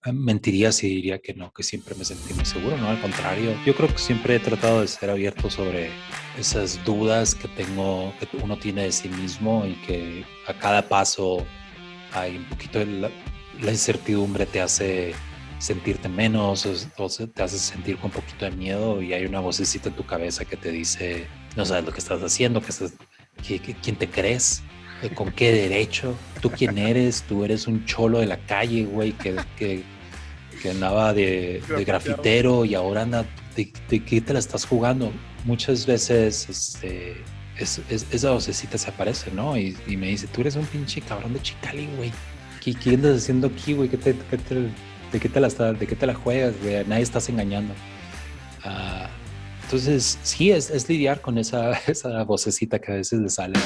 Mentiría si diría que no, que siempre me sentí muy seguro, ¿no? Al contrario, yo creo que siempre he tratado de ser abierto sobre esas dudas que tengo, que uno tiene de sí mismo y que a cada paso hay un poquito de la incertidumbre te hace sentirte menos o te hace sentir con un poquito de miedo y hay una vocecita en tu cabeza que te dice, no sabes lo que estás haciendo, quién te crees. ¿Con qué derecho? ¿Tú quién eres? Tú eres un cholo de la calle, güey, que andaba de Grafiteado. grafitero y ahora anda, ¿de qué te la estás jugando? Muchas veces esa vocecita se aparece, ¿no? Y me dice, tú eres un pinche cabrón de Chicali, güey. ¿Qué andas haciendo aquí, güey? ¿De qué te la juegas, güey? Nadie estás engañando. Ah, entonces, sí, es lidiar con esa vocecita que a veces le sale.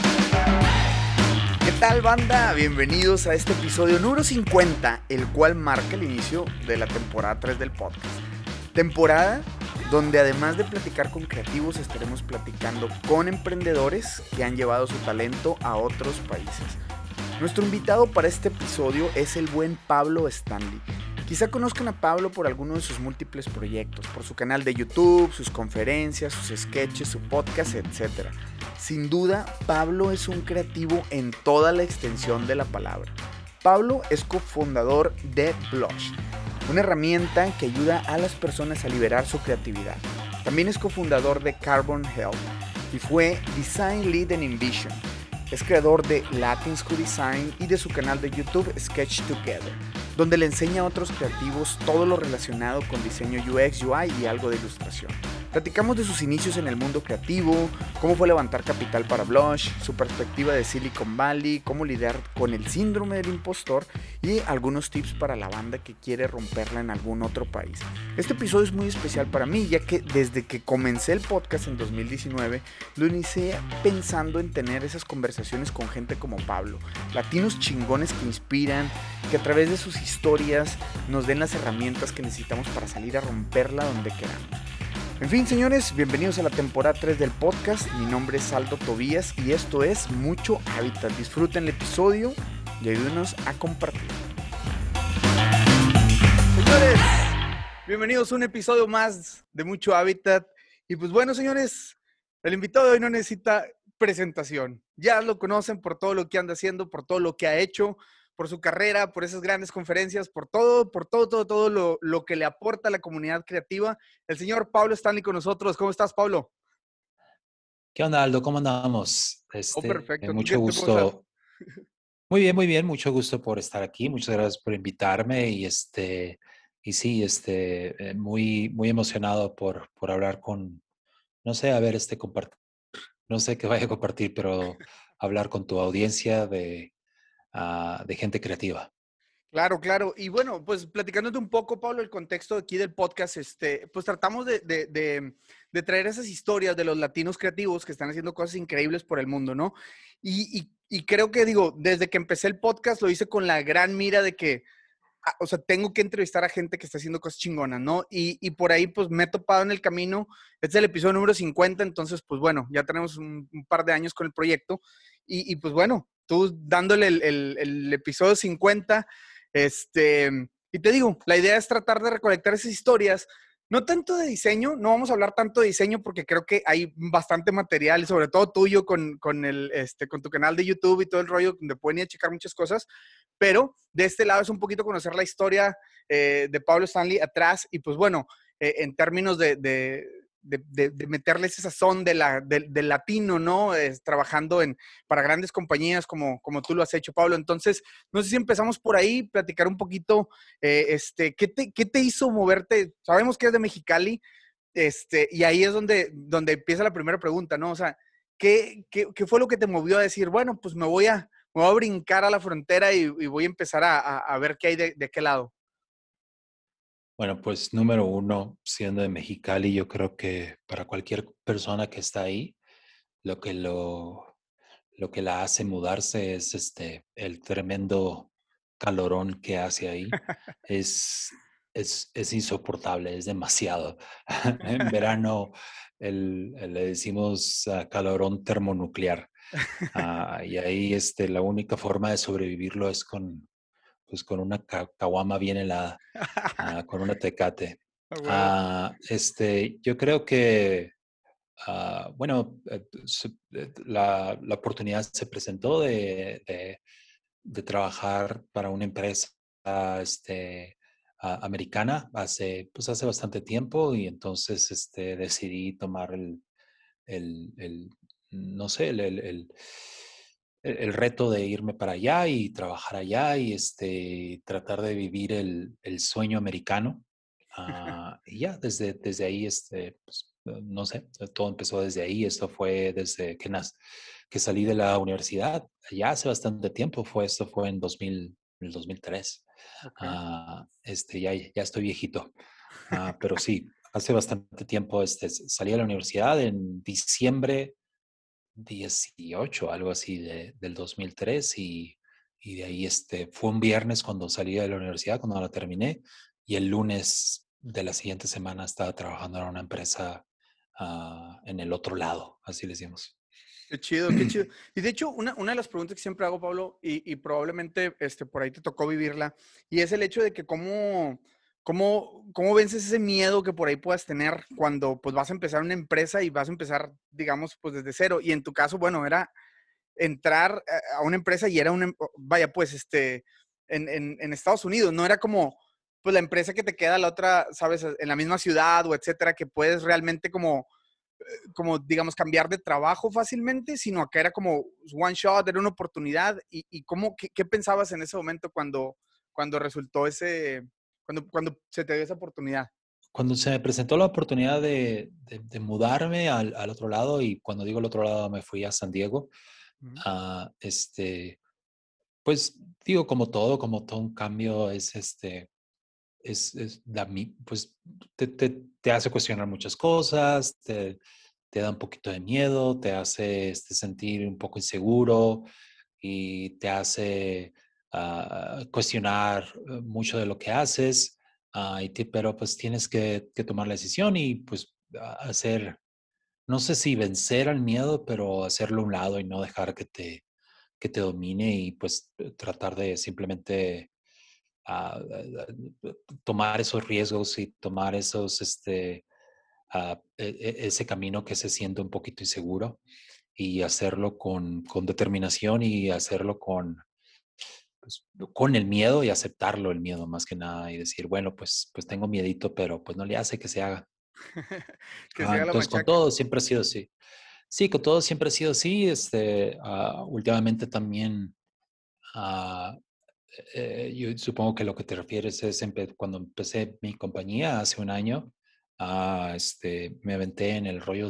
¿Qué tal, banda? Bienvenidos a este episodio número 50, el cual marca el inicio de la temporada 3 del podcast. Temporada donde además de platicar con creativos, estaremos platicando con emprendedores que han llevado su talento a otros países. Nuestro invitado para este episodio es el buen Pablo Stanley. Quizá conozcan a Pablo por alguno de sus múltiples proyectos, por su canal de YouTube, sus conferencias, sus sketches, su podcast, etc. Sin duda, Pablo es un creativo en toda la extensión de la palabra. Pablo es cofundador de Blush, una herramienta que ayuda a las personas a liberar su creatividad. También es cofundador de Carbon Health y fue Design Lead en InVision. Es creador de Latin School Design y de su canal de YouTube Sketch Together, donde le enseña a otros creativos todo lo relacionado con diseño UX, UI y algo de ilustración. Platicamos de sus inicios en el mundo creativo, cómo fue levantar capital para Blush, su perspectiva de Silicon Valley, cómo lidiar con el síndrome del impostor y algunos tips para la banda que quiere romperla en algún otro país. Este episodio es muy especial para mí, ya que desde que comencé el podcast en 2019, lo inicié pensando en tener esas conversaciones con gente como Pablo, latinos chingones que inspiran, que a través de sus historias nos den las herramientas que necesitamos para salir a romperla donde queramos. En fin, señores, bienvenidos a la temporada 3 del podcast. Mi nombre es Aldo Tobías y esto es Mucho Hábitat. Disfruten el episodio y ayúdenos a compartir. Señores, bienvenidos a un episodio más de Mucho Hábitat. Y pues bueno, señores, el invitado de hoy no necesita presentación. Ya lo conocen por todo lo que anda haciendo, por todo lo que ha hecho, por su carrera, por esas grandes conferencias, por todo lo que le aporta a la comunidad creativa. El señor Pablo Stanley con nosotros. ¿Cómo estás, Pablo? ¿Qué onda, Aldo? ¿Cómo andamos? Oh, perfecto. Mucho ¿Tú cómo estás? gusto. Muy bien, mucho gusto por estar aquí. Muchas gracias por invitarme y sí, muy emocionado por hablar con, no sé, a ver, compartir, no sé qué vaya a compartir, pero hablar con tu audiencia de gente creativa. Claro, claro. Y bueno, pues platicándote un poco, Pablo, el contexto aquí del podcast, pues tratamos de traer esas historias de los latinos creativos que están haciendo cosas increíbles por el mundo, ¿no? Y creo que, digo, desde que empecé el podcast lo hice con la gran mira de que, o sea, tengo que entrevistar a gente que está haciendo cosas chingonas, ¿no? Y por ahí, pues me he topado en el camino. Este es el episodio número 50, entonces, pues bueno, ya tenemos un par de años con el proyecto. Pues bueno, tú dándole el episodio 50. Y te digo, la idea es tratar de recolectar esas historias, no tanto de diseño, no vamos a hablar tanto de diseño porque creo que hay bastante material, sobre todo tuyo con tu canal de YouTube y todo el rollo, donde pueden ir a checar muchas cosas, pero de este lado es un poquito conocer la historia de Pablo Stanley atrás y pues bueno, en términos de meterle ese sazón del latino, ¿no? Trabajando para grandes compañías como tú lo has hecho, Pablo. Entonces, no sé si empezamos por ahí, platicar un poquito, ¿qué te hizo moverte? Sabemos que es de Mexicali, y ahí es donde empieza la primera pregunta, ¿no? O sea, ¿qué fue lo que te movió a decir, bueno, pues me voy a brincar a la frontera y voy a empezar a ver qué hay de qué lado? Bueno, pues número uno, siendo de Mexicali, yo creo que para cualquier persona que está ahí, lo que lo que la hace mudarse es el tremendo calorón que hace ahí. Es, es insoportable, es demasiado. En verano le decimos calorón termonuclear. Y ahí la única forma de sobrevivirlo es pues con una caguama bien helada, con una Tecate. A huevo. Yo creo que, bueno, la oportunidad se presentó de trabajar para una empresa americana hace bastante tiempo y entonces decidí tomar el, no sé, el reto de irme para allá y trabajar allá y tratar de vivir el sueño americano. Y ya, desde ahí, pues, no sé, todo empezó desde ahí. Esto fue desde que salí de la universidad, ya hace bastante tiempo. Esto fue en el 2003. Ok. Ya estoy viejito. Pero sí, hace bastante tiempo salí de la universidad en diciembre 18, algo así, del 2003 y de ahí fue un viernes cuando salí de la universidad, cuando la terminé, y el lunes de la siguiente semana estaba trabajando en una empresa en el otro lado, así le decimos. Qué chido, qué chido. Y de hecho, una de las preguntas que siempre hago, Pablo, y probablemente por ahí te tocó vivirla, y es el hecho de que cómo vences ese miedo que por ahí puedas tener cuando pues vas a empezar una empresa y vas a empezar, digamos, pues desde cero. Y en tu caso, bueno, era entrar a una empresa y era vaya, pues, en Estados Unidos, no era como, pues, la empresa que te queda la otra, sabes, en la misma ciudad o etcétera, que puedes realmente como, digamos, cambiar de trabajo fácilmente, sino acá era como one shot, era una oportunidad. ¿Y qué pensabas en ese momento cuando resultó cuando se te dio esa oportunidad? Cuando se me presentó la oportunidad de mudarme al otro lado, y cuando digo el otro lado me fui a San Diego, Ujú. ah, este, pues digo, como todo un cambio pues te hace cuestionar muchas cosas, te da un poquito de miedo, te hace sentir un poco inseguro y te hace cuestionar mucho de lo que haces, pero pues tienes que tomar la decisión y pues hacer, no sé si vencer al miedo, pero hacerlo a un lado y no dejar que te domine y pues tratar de simplemente a, tomar esos riesgos y tomar ese camino que se siente un poquito inseguro y hacerlo con determinación y hacerlo pues, con el miedo y aceptarlo el miedo más que nada y decir, bueno, pues tengo miedito, pero pues no le hace que se haga. Que se haga la Entonces con machaca. todo siempre ha sido así. Sí, con todo siempre ha sido así. Últimamente también ah, yo supongo que lo que te refieres es cuando empecé mi compañía hace un año, me aventé en el rollo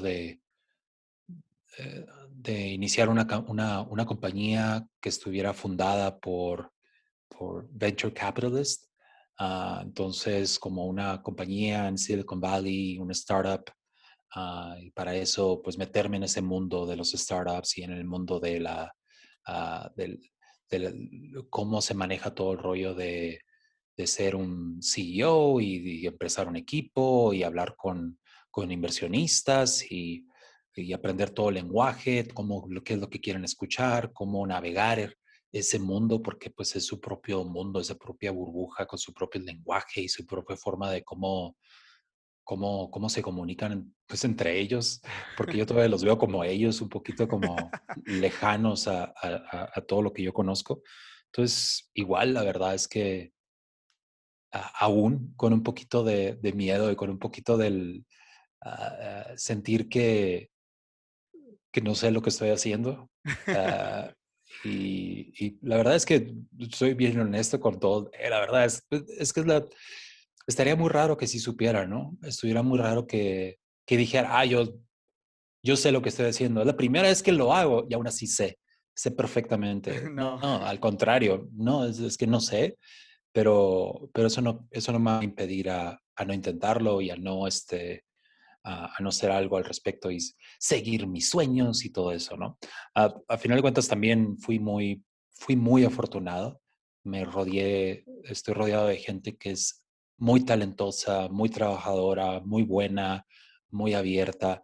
de iniciar una compañía que estuviera fundada por venture capitalists. Entonces, como una compañía en Silicon Valley, una startup, y para eso, pues meterme en ese mundo de los startups y en el mundo ah, del, cómo se maneja todo el rollo de ser un CEO y empezar un equipo y hablar con inversionistas y aprender todo el lenguaje, qué es lo que quieren escuchar, cómo navegar ese mundo, porque pues es su propio mundo, esa propia burbuja con su propio lenguaje y su propia forma de cómo se comunican pues entre ellos, porque yo todavía los veo como ellos, un poquito como lejanos a todo lo que yo conozco. Entonces, igual la verdad es que aún con un poquito de miedo y con un poquito del sentir que no sé lo que estoy haciendo. ah, y la verdad es que soy bien honesto con todo. La verdad es que estaría muy raro que si supiera, ¿no? Estuviera muy raro que dijera, yo sé lo que estoy haciendo. Es la primera vez que lo hago y aún así sé perfectamente. No, No. no, al contrario, no, es que no sé, pero eso no me va a impedir a no intentarlo y a no hacer algo al respecto y seguir mis sueños y todo eso, ¿no? A final de cuentas también fui muy afortunado. Estoy rodeado de gente que es muy talentosa, muy trabajadora, muy buena, muy abierta.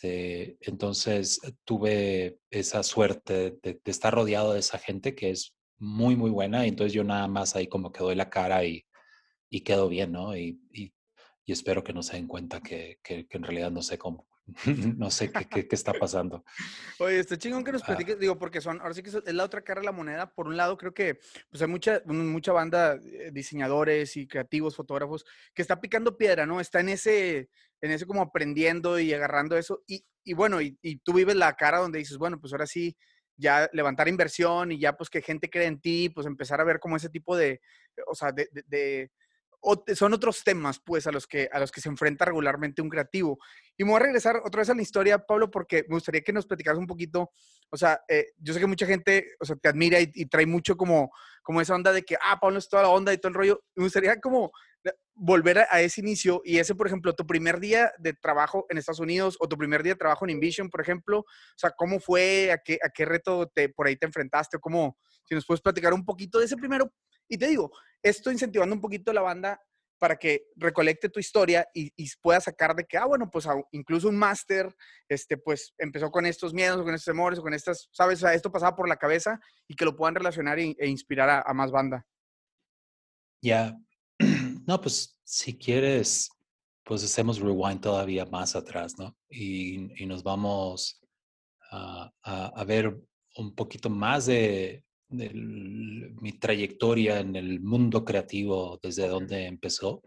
Entonces tuve esa suerte de estar rodeado de esa gente que es muy, muy buena. Y entonces yo nada más ahí como que doy la cara y quedo bien, ¿no? Y espero que no se den cuenta que en realidad no sé cómo, no sé qué está pasando. Oye, está chingón que nos Ah, platiques, digo, porque ahora sí que es la otra cara de la moneda. Por un lado, creo que pues hay mucha banda, diseñadores y creativos, fotógrafos, que está picando piedra, ¿no? Está en ese como aprendiendo y agarrando eso. Y bueno, y tú vives la cara donde dices, bueno, pues ahora sí, ya levantar inversión y ya pues que gente cree en ti, pues empezar a ver como ese tipo de, o sea, son otros temas, pues, a los que se enfrenta regularmente un creativo. Y me voy a regresar otra vez a la historia, Pablo, porque me gustaría que nos platicaras un poquito. O sea, yo sé que mucha gente, o sea, te admira y trae mucho como esa onda de que, Pablo es toda la onda y todo el rollo. Me gustaría como volver a ese inicio y ese, por ejemplo, tu primer día de trabajo en Estados Unidos o tu primer día de trabajo en InVision, por ejemplo. O sea, ¿cómo fue? ¿A qué reto por ahí te enfrentaste? ¿O cómo? Si nos puedes platicar un poquito de ese primero. Y te digo, esto incentivando un poquito a la banda para que recolecte tu historia y pueda sacar de que, bueno, pues incluso un máster, pues empezó con estos miedos, con estos temores, con estas, ¿sabes? O sea, esto pasaba por la cabeza y que lo puedan relacionar e inspirar a más banda. ya, no, pues si quieres, pues hacemos rewind todavía más atrás, ¿no? Y nos vamos a ver un poquito más de mi trayectoria en el mundo creativo, desde Ok. donde empezó.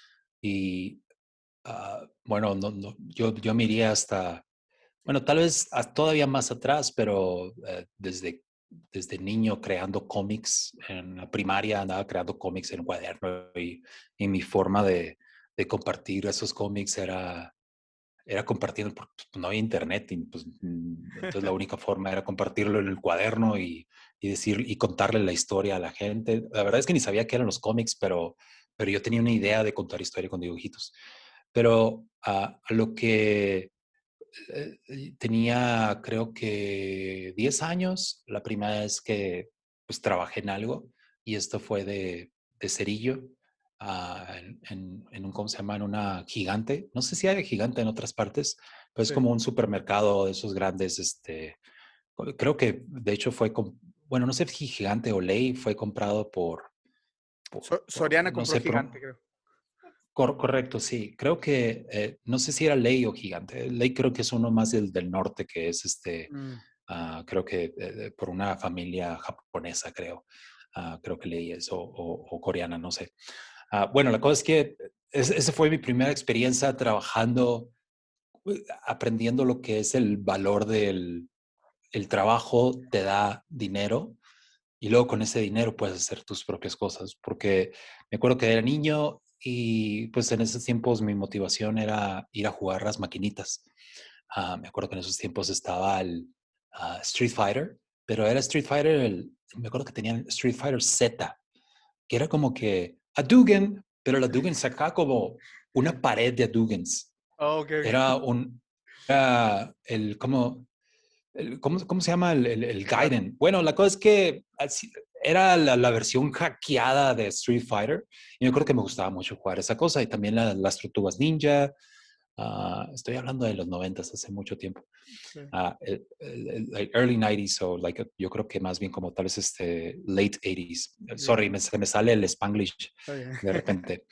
Y bueno, yo me iría hasta, bueno, tal vez todavía más atrás, pero desde niño creando cómics. En la primaria andaba creando cómics en un cuaderno y mi forma de compartir esos cómics era compartiendo, porque pues, no había internet y pues, entonces la única forma era compartirlo en el cuaderno y contarle la historia a la gente. La verdad es que ni sabía qué eran los cómics, pero yo tenía una idea de contar historia con dibujitos. Pero a lo que tenía, creo que 10 años, la primera vez que pues trabajé en algo, y esto fue de cerillo, en un, ¿cómo se llama? En una gigante. No sé si hay gigante en otras partes, pero es Sí. como un supermercado de esos grandes, creo que de hecho bueno, no sé si gigante o ley, fue comprado Soriana no compró sé, Gigante, creo. correcto, sí. Creo que, no sé si era Ley o Gigante. Ley creo que es uno más del norte, que es Mm. creo que por una familia japonesa, creo que Ley es, o coreana, no sé. Bueno, la cosa es que esa fue mi primera experiencia trabajando, aprendiendo lo que es el valor del el trabajo, te da dinero y luego con ese dinero puedes hacer tus propias cosas, porque me acuerdo que era niño y pues en esos tiempos mi motivación era ir a jugar las maquinitas. Me acuerdo que en esos tiempos estaba el Street Fighter, pero era Street Fighter, me acuerdo que tenían Street Fighter Z, que era como que Hadouken, pero el Hadouken sacaba como una pared de Hadoukens. Oh, ok, Era ok. como ¿cómo se llama el La- Gaiden? Bueno, la cosa es que era la versión hackeada de Street Fighter y yo creo que me gustaba mucho jugar esa cosa y también las tortugas ninja. Estoy hablando de los 90, hace mucho tiempo. sí, Like early 90s o yo creo que más bien como tal vez late 80s. sí, Sorry, se me sale el Spanglish está bien. de repente.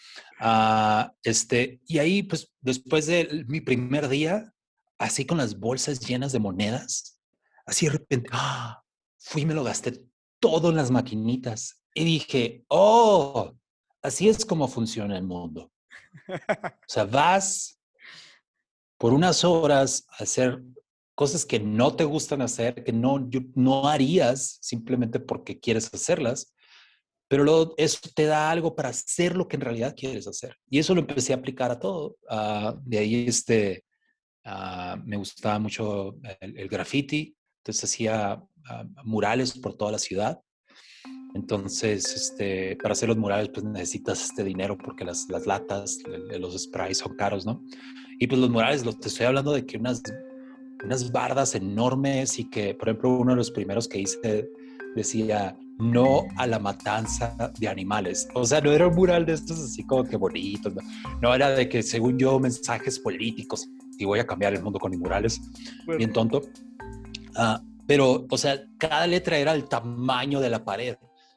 Y ahí, pues, después de mi primer día, así con las bolsas llenas de monedas, así de repente, fui y me lo gasté todo en las maquinitas. Y dije, oh, así es como funciona el mundo. O sea, vas por unas horas a hacer cosas que no te gustan hacer, que no harías simplemente porque quieres hacerlas, pero luego eso te da algo para hacer lo que en realidad quieres hacer. Y eso lo empecé a aplicar a todo. De ahí me gustaba mucho el graffiti, entonces hacía murales por toda la ciudad. Entonces, para hacer los murales, pues necesitas este dinero porque las latas, los sprays son caros, ¿no? Y pues los murales, te estoy hablando de que unas bardas enormes y que, por ejemplo, uno de los primeros que hice decía no a la matanza de animales. O sea, no era un mural de estos así como que bonitos, no era de que según yo mensajes políticos y voy a cambiar el mundo con mis murales, Bueno, bien tonto. Pero, o sea, cada letra era el tamaño de la pared.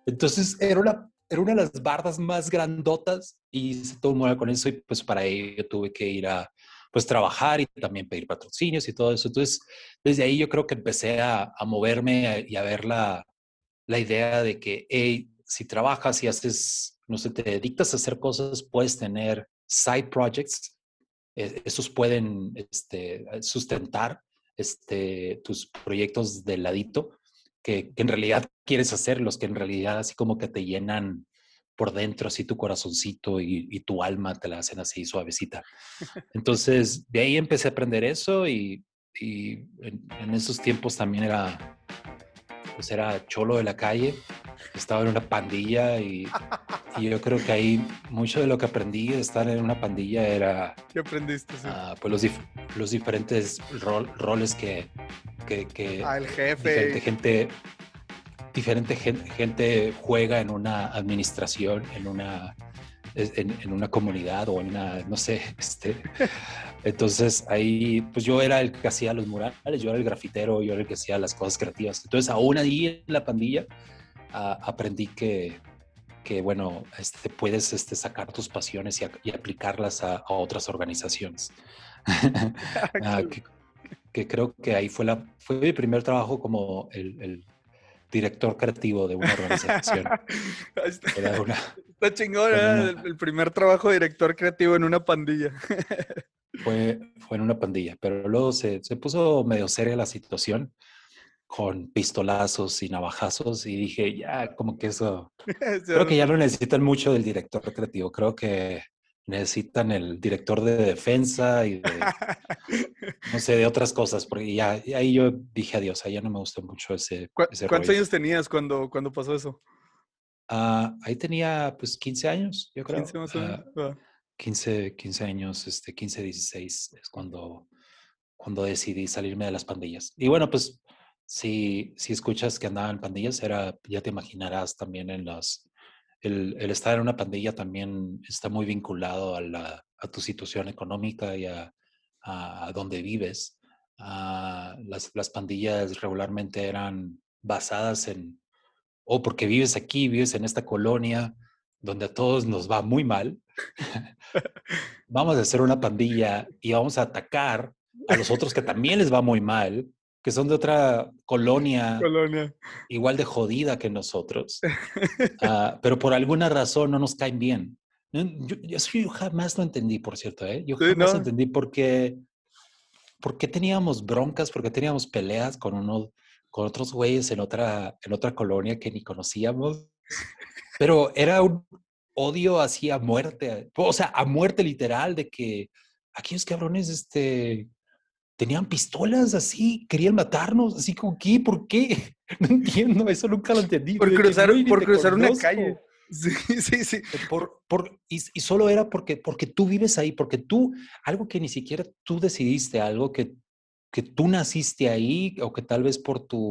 Entonces era una de las bardas más grandotas y hice todo un mural con eso y pues para ello tuve que ir a pues trabajar y también pedir patrocinios y todo eso. Entonces, desde ahí yo creo que empecé a moverme y a ver la idea de que, hey, si trabajas y haces, no sé, te dedicas a hacer cosas, puedes tener side projects, esos pueden sustentar tus proyectos de ladito, que en realidad quieres hacer, los que en realidad así como que te llenan por dentro, así tu corazoncito y tu alma te la hacen así suavecita. Entonces, de ahí empecé a aprender eso y en esos tiempos también pues era cholo de la calle, estaba en una pandilla y yo creo que ahí mucho de lo que aprendí de estar en una pandilla era ¿Qué aprendiste? Sí. pues los diferentes roles El diferente jefe. gente, gente juega en una administración, en una comunidad o en una, no sé, entonces ahí, pues yo era el que hacía los murales, yo era el grafitero, yo era el que hacía las cosas creativas. Entonces aún ahí en la pandilla aprendí que bueno, puedes sacar tus pasiones y aplicarlas a otras organizaciones. Ah, que creo que ahí fue mi primer trabajo como el director creativo de una organización. Está, Era está chingón, fue en ¿eh? una, El primer trabajo de director creativo en una pandilla. fue en una pandilla, pero luego se puso medio seria la situación con pistolazos y navajazos y dije, ya, como que eso, creo que ya no necesitan mucho del director creativo, creo que necesitan el director de defensa y de, no sé, de otras cosas, porque ya y ahí yo dije adiós, ahí ya no me gustó mucho ese ¿Cuántos rollo. años tenías cuando pasó eso? Ahí tenía pues 15 años, yo 15 creo. más o menos. 15 años, 15, 16 es cuando decidí salirme de las pandillas. Y bueno, pues si escuchas que andaba en pandillas, ya te imaginarás también el estar en una pandilla también está muy vinculado a tu situación económica y a dónde vives. Las pandillas regularmente eran basadas o porque vives aquí, vives en esta colonia donde a todos nos va muy mal, vamos a hacer una pandilla y vamos a atacar a los otros que también les va muy mal, que son de otra colonia Colonia. igual de jodida que nosotros, pero por alguna razón no nos caen bien. Yo jamás lo entendí, por cierto, ¿eh? Yo Sí, jamás no. entendí por qué teníamos broncas, por qué teníamos peleas con otros güeyes en otra colonia que ni conocíamos, pero era un odio así a muerte, o sea, a muerte literal de que aquellos cabrones, tenían pistolas así, querían matarnos, así como, ¿qué? ¿Por qué? No entiendo, eso nunca lo entendí, Por de que, güey, ni por te cruzar una calle. conozco. Sí, sí, sí. Y solo era porque tú vives ahí, porque tú, algo que ni siquiera tú decidiste, algo que tú naciste ahí, o que tal vez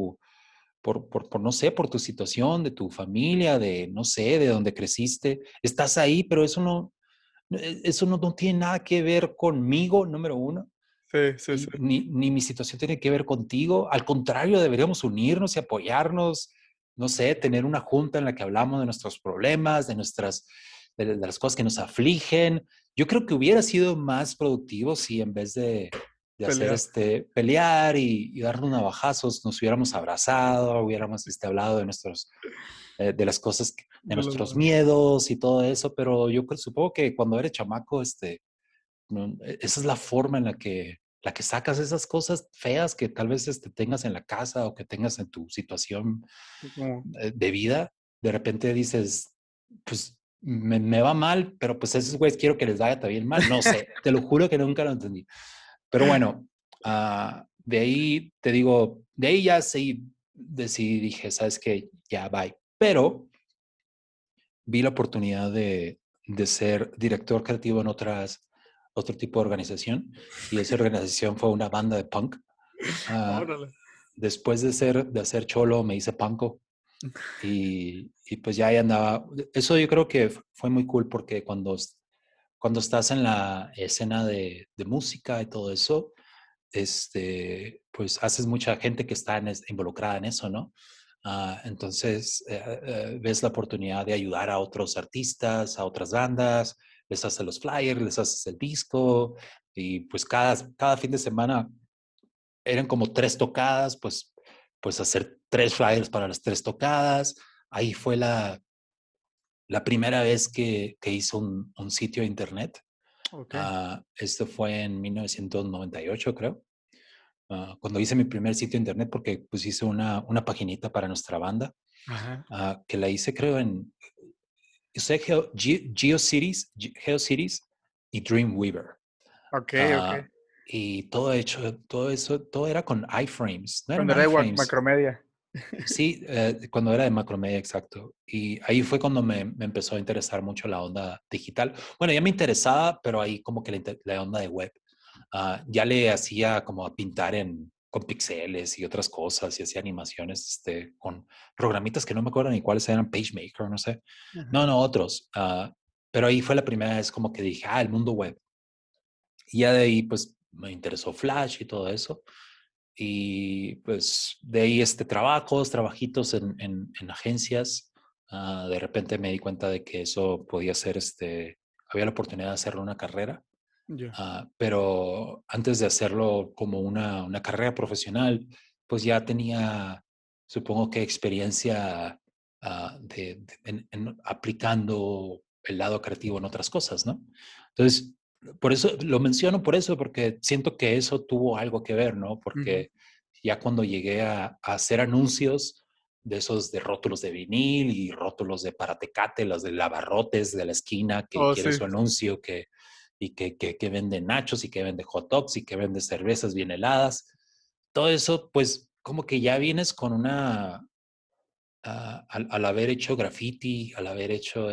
no sé, por tu situación, de tu familia, de, no sé, de donde creciste, estás ahí, pero eso no tiene nada que ver conmigo, número uno, Sí, sí, sí. y ni mi situación tiene que ver contigo. Al contrario, deberíamos unirnos y apoyarnos, no sé, tener una junta en la que hablamos de nuestros problemas, de las cosas que nos afligen. Yo creo que hubiera sido más productivo si en vez de hacer Pelear. pelear y darnos navajazos, nos hubiéramos abrazado, hubiéramos hablado de las cosas, de De los nuestros dos. miedos y todo eso, pero supongo que cuando eres chamaco, esa es la forma en la que sacas esas cosas feas que tal vez tengas en la casa o que tengas en tu situación Como de vida. De repente dices, pues me va mal, pero pues a esos güeyes quiero que les vaya también mal. No sé, te lo juro que nunca lo entendí. Pero bueno, de ahí te digo, de ahí ya sí decidí, dije, sabes que ya bye. Pero vi la oportunidad de ser director creativo en otro tipo de organización y esa organización fue una banda de punk. Ah, órale. Después de hacer cholo me hice punko y pues ya ahí andaba. Eso yo creo que fue muy cool porque cuando estás en la escena de música y todo eso, pues haces mucha gente que está involucrada en eso, ¿no? Entonces, ves la oportunidad de ayudar a otros artistas, a otras bandas, les haces los flyers, les haces el disco y pues cada fin de semana eran como 3 tocadas, pues hacer 3 flyers para las 3 tocadas. Ahí fue la primera vez que hice un sitio de internet. Ok. Esto fue en 1998, creo. Cuando hice mi primer sitio de internet, porque pues hice una paginita para nuestra banda, Ajá. que la hice creo usé GeoCities y Dreamweaver. Ok, ok. Ah, y todo eso, todo era con iframes, no eran Cuando era de iframes. Macromedia. Sí, cuando era de Macromedia, exacto. Y ahí fue cuando me empezó a interesar mucho la onda digital. Bueno, ya me interesaba, pero ahí como que la onda de web. Ya le hacía como a pintar con pixeles y otras cosas y hacía animaciones con programitas que no me acuerdo ni cuáles eran, PageMaker, no sé. Ajá. No, otros. Pero ahí fue la primera vez como que dije, el mundo web. Y ya de ahí pues me interesó Flash y todo eso. Y pues de ahí trabajitos en agencias. De repente me di cuenta de que eso podía ser, había la oportunidad de hacerlo una carrera. Ya. Pero antes de hacerlo como una carrera profesional, pues ya tenía, supongo que experiencia en aplicando el lado creativo en otras cosas, ¿no? Entonces, por eso lo menciono, por eso, porque siento que eso tuvo algo que ver, ¿no? Ujú. Porque ya cuando llegué a hacer anuncios de esos de rótulos de vinil y rótulos de Paratecate, los de Lavarrotes de la esquina que Oh, quiere sí. su anuncio, que vende nachos y que vende hot dogs y que vende cervezas bien heladas. Todo eso, pues como que ya vienes con al haber hecho graffiti, al haber hecho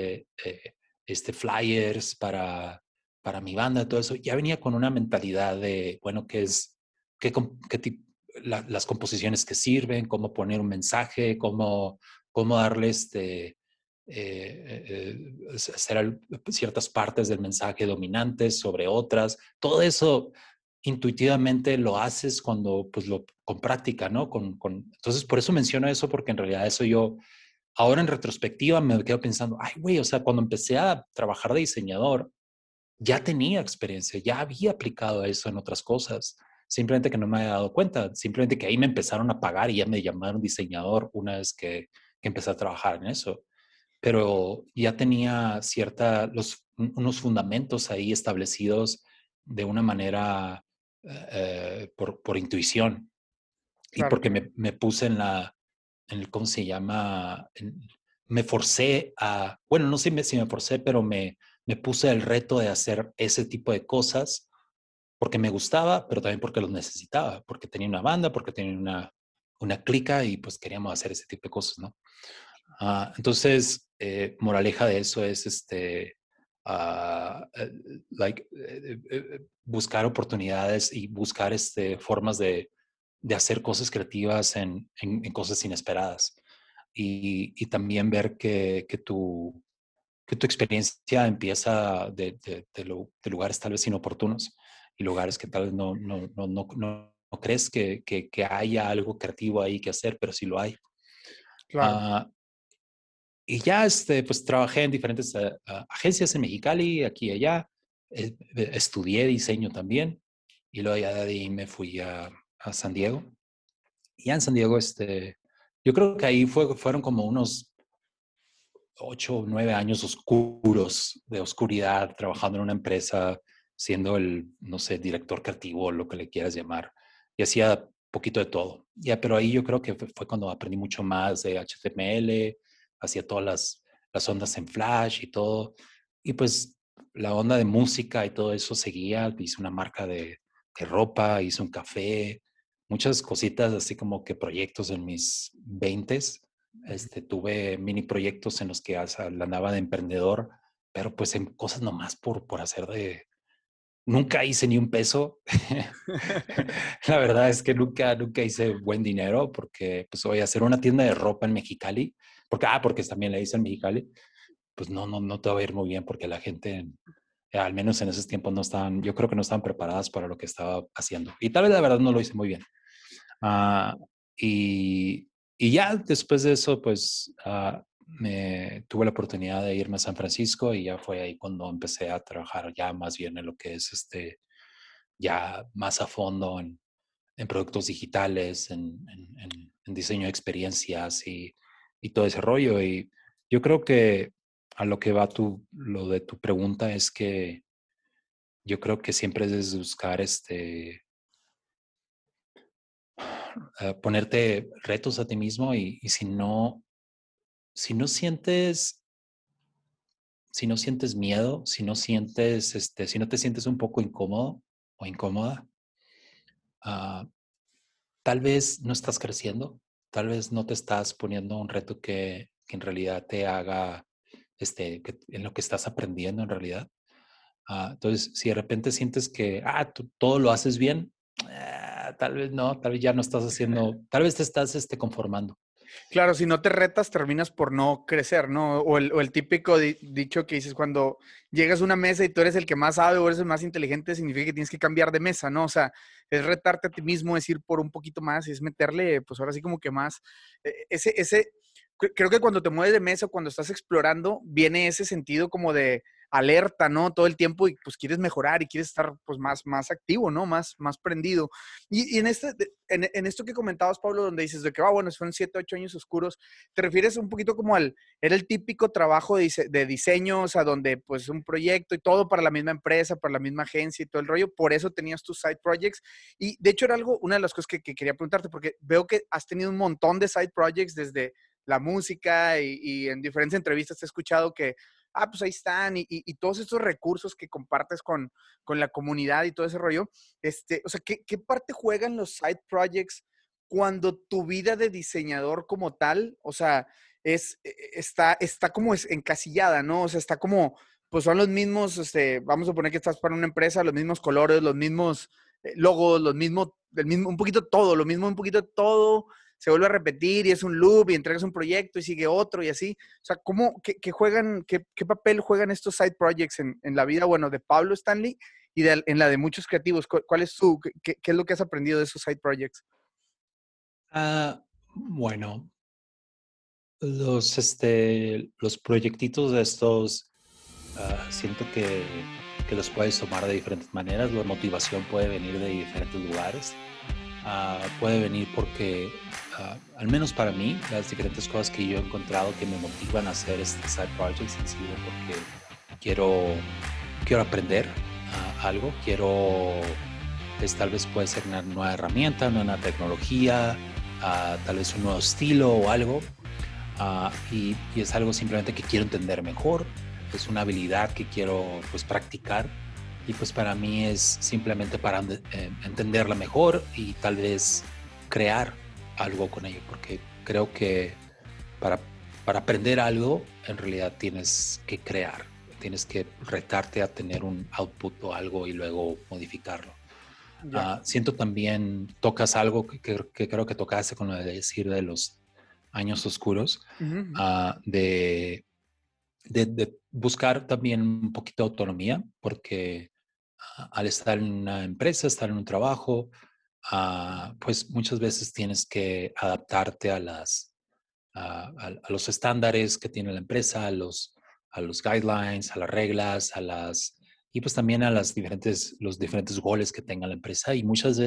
flyers para mi banda, todo eso, ya venía con una mentalidad de, bueno, qué, qué las composiciones que sirven, cómo poner un mensaje, cómo darle hacer ciertas partes del mensaje dominantes sobre otras. Todo eso intuitivamente lo haces cuando, pues, con práctica, ¿no? Entonces, por eso menciono eso, porque en realidad eso yo, ahora en retrospectiva, me quedo pensando, ay, güey, o sea, cuando empecé a trabajar de diseñador, ya tenía experiencia, ya había aplicado eso en otras cosas. Simplemente que no me había dado cuenta, simplemente que ahí me empezaron a pagar y ya me llamaron diseñador una vez que empecé a trabajar en eso. Pero ya tenía unos fundamentos ahí establecidos de una manera por intuición y Claro, porque claro. me puse ¿cómo se llama? Me forcé bueno, no sé si me forcé, pero me puse el reto de hacer ese tipo de cosas porque me gustaba, pero también porque los necesitaba, porque tenía una banda, porque tenía una clica y pues queríamos hacer ese tipo de cosas, ¿no? Entonces, moraleja de eso es buscar oportunidades y buscar formas de hacer cosas creativas en cosas inesperadas. Y también ver que tu experiencia empieza de lugares tal vez inoportunos y lugares que tal vez no crees que haya algo creativo ahí que hacer, pero sí lo hay. Claro. Ah, y ya pues trabajé en diferentes agencias en Mexicali, aquí y allá. Estudié diseño también y luego ya de ahí me fui a San Diego. Y ya en San Diego, yo creo que ahí fueron como unos 8 o 9 años oscuros de oscuridad, trabajando en una empresa, siendo no sé, director creativo, lo que le quieras llamar. Y hacía poquito de todo. Ya, pero ahí yo creo que fue cuando aprendí mucho más de HTML, hacía todas las ondas en Flash y todo. Y pues la onda de música y todo eso seguía. Hice una marca de ropa, hice un café, muchas cositas así como que proyectos en mis veintes. Ujú. Tuve mini proyectos en los que andaba de emprendedor, pero pues en cosas nomás por hacer Nunca hice ni un peso. La verdad es que nunca hice buen dinero porque pues voy a hacer una tienda de ropa en Mexicali, porque también la hice en Mexicali, pues no te va a ir muy bien porque la gente, al menos en esos tiempos yo creo que no estaban preparadas para lo que estaba haciendo. Y tal vez la verdad no lo hice muy bien. Ah, y, Y ya después de eso, pues tuve la oportunidad de irme a San Francisco y ya fue ahí cuando empecé a trabajar ya más bien en lo que es ya más a fondo en productos digitales, en diseño de experiencias y todo ese rollo. Y yo creo que a lo que va lo de tu pregunta es que yo creo que siempre es buscar ponerte retos a ti mismo y si no sientes, si no sientes miedo, si no te sientes un poco incómodo o incómoda, ah, tal vez no estás creciendo, tal vez no te estás poniendo un reto que en realidad te haga, en lo que estás aprendiendo en realidad. Entonces, si de repente sientes que tú todo lo haces bien, tal vez no, tal vez ya no estás haciendo, tal vez te estás conformando. Claro, si no te retas, terminas por no crecer, ¿no? O el típico dicho que dices cuando llegas a una mesa y tú eres el que más sabe o eres el más inteligente, significa que tienes que cambiar de mesa, ¿no? O sea, es retarte a ti mismo, es ir por un poquito más, es meterle, pues ahora sí como que más, creo que cuando te mueves de mesa, cuando estás explorando, viene ese sentido como de alerta, ¿no? Todo el tiempo y pues quieres mejorar y quieres estar pues más activo, ¿no? Más prendido. Y en esto que comentabas, Pablo, donde dices de que, bueno, fueron 7, 8 años oscuros, ¿te refieres un poquito como era el típico trabajo de diseño, o sea, donde pues un proyecto y todo para la misma empresa, para la misma agencia y todo el rollo, por eso tenías tus side projects? Y de hecho era una de las cosas que quería preguntarte, porque veo que has tenido un montón de side projects desde la música y en diferentes entrevistas he escuchado que, pues ahí están y todos estos recursos que compartes con la comunidad y todo ese rollo. O sea, ¿qué parte juegan los side projects cuando tu vida de diseñador como tal, o sea, está como encasillada, ¿no? O sea, está como, pues son los mismos, vamos a poner que estás para una empresa, los mismos colores, los mismos logos, un poquito todo, lo mismo, un poquito todo, se vuelve a repetir y es un loop y entregas un proyecto y sigue otro y así. O sea, qué papel juegan estos side projects en la vida, bueno, de Pablo Stanley y en la de muchos creativos? ¿Cuál es qué es lo que has aprendido de esos side projects? Bueno, los proyectitos de estos, siento que los puedes tomar de diferentes maneras. La motivación puede venir de diferentes lugares. Puede venir porque, al menos para mí, las diferentes cosas que yo he encontrado que me motivan a hacer este side projects han sido porque quiero aprender algo, tal vez puede ser una nueva herramienta, una nueva tecnología, tal vez un nuevo estilo o algo. Y es algo simplemente que quiero entender mejor, es una habilidad que quiero pues practicar y pues para mí es simplemente para entenderla mejor y tal vez crear algo con ello, porque creo que para, para aprender algo en realidad tienes que crear, tienes que retarte a tener un output o algo y luego modificarlo. Ya. Siento también, tocas algo que creo que tocaste con lo de decir de los años oscuros, Ujú, ujú. de buscar también un poquito de autonomía, porque al estar en una empresa, estar en un trabajo, pues muchas veces tienes que adaptarte a los estándares que tiene la empresa, a los guidelines, a las reglas, y pues también a los diferentes goles que tenga la empresa. Y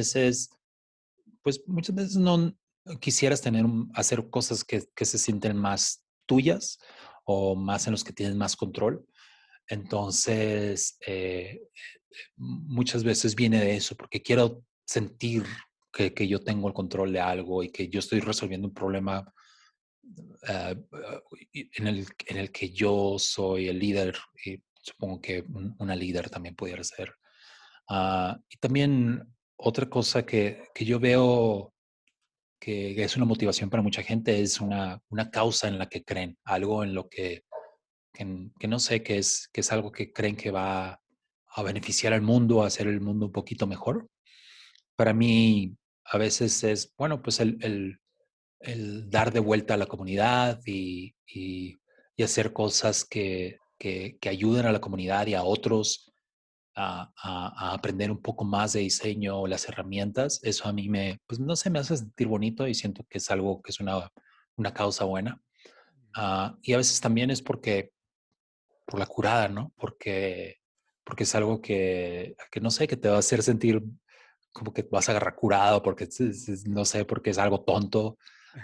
muchas veces no quisieras hacer cosas que se sienten más tuyas o más en los que tienes más control. Entonces, muchas veces viene de eso, porque quiero sentir que yo tengo el control de algo y que yo estoy resolviendo un problema uh, en el que yo soy el líder y supongo que una líder también pudiera ser. Y también otra cosa que yo veo que es una motivación para mucha gente es una causa en la que creen, algo en lo que no sé, que es algo que creen que va a beneficiar al mundo, a hacer el mundo un poquito mejor. Para mí, a veces es, bueno, pues el dar de vuelta a la comunidad y hacer cosas que ayuden a la comunidad y a otros a aprender un poco más de diseño, las herramientas, eso a mí pues no sé, me hace sentir bonito y siento que es algo que es una causa buena. Y a veces también es por la curada, ¿no? Porque es algo que no sé, que te va a hacer sentir como que vas a agarrar curado, porque no sé, porque es algo tonto,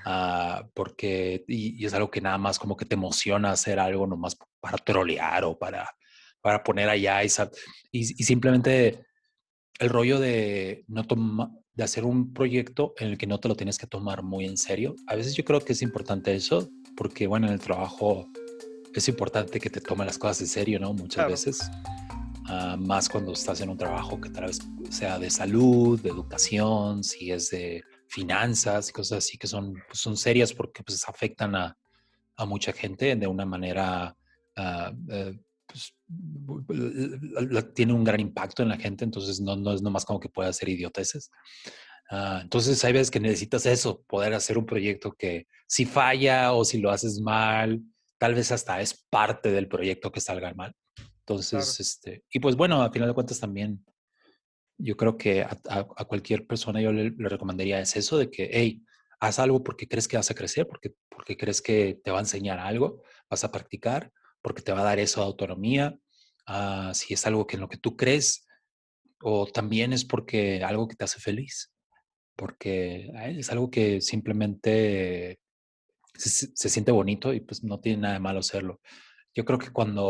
y es algo que nada más como que te emociona hacer algo nomás para trolear o para poner allá y simplemente el rollo de hacer un proyecto en el que no te lo tienes que tomar muy en serio. A veces yo creo que es importante eso, porque bueno, en el trabajo es importante que te tomen las cosas en serio, ¿no? Muchas Claro, veces, más cuando estás en un trabajo que tal vez sea de salud, de educación, si es de finanzas y cosas así que son serias porque pues afectan a mucha gente de una manera, pues, tiene un gran impacto en la gente, entonces no es nomás como que pueda hacer idioteces. Entonces hay veces que necesitas eso, poder hacer un proyecto que si falla o si lo haces mal, tal vez hasta es parte del proyecto que salga mal. claro. Entonces, y pues bueno, a final de cuentas también yo creo que a cualquier persona yo le recomendaría es eso de que, hey, haz algo porque crees que vas a crecer, porque crees que te va a enseñar algo, vas a practicar, porque te va a dar eso de autonomía. Si es algo que en lo que tú crees, o también es porque algo que te hace feliz, porque es algo que simplemente se siente bonito y pues no tiene nada de malo hacerlo. Yo creo que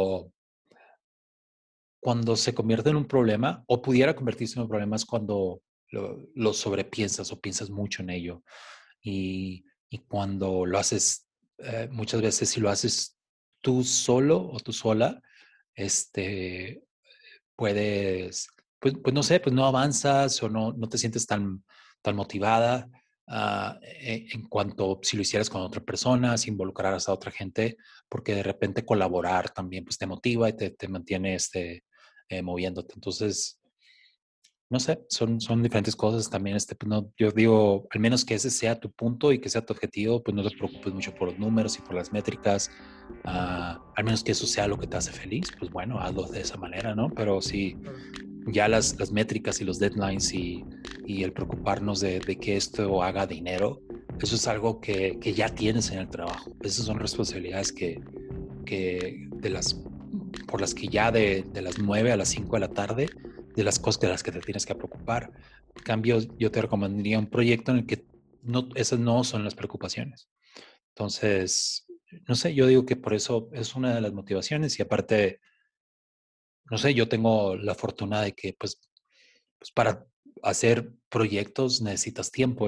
cuando se convierte en un problema o pudiera convertirse en un problema es cuando lo sobrepiensas o piensas mucho en ello. Y cuando lo haces, muchas veces si lo haces tú solo o tú sola, este, puedes, pues no sé, pues no avanzas o no te sientes tan motivada en cuanto si lo hicieras con otra persona, si involucraras a otra gente, porque de repente colaborar también pues te motiva y te mantiene moviéndote. Entonces, no sé, son diferentes cosas también. Pues no, yo digo, al menos que ese sea tu punto y que sea tu objetivo, pues no te preocupes mucho por los números y por las métricas. Al menos que eso sea lo que te hace feliz, pues bueno, hazlo de esa manera, ¿no? Pero si Claro. ya las métricas y los deadlines y el preocuparnos de que esto haga dinero, eso es algo que ya tienes en el trabajo. Esas son responsabilidades que por las que ya de las 9 a las 5 de la tarde, de las cosas de las que te tienes que preocupar. En cambio, yo te recomendaría un proyecto en el que esas no son las preocupaciones. Entonces, no sé, yo digo que por eso es una de las motivaciones y aparte, no sé, yo tengo la fortuna de que pues para hacer proyectos necesitas tiempo y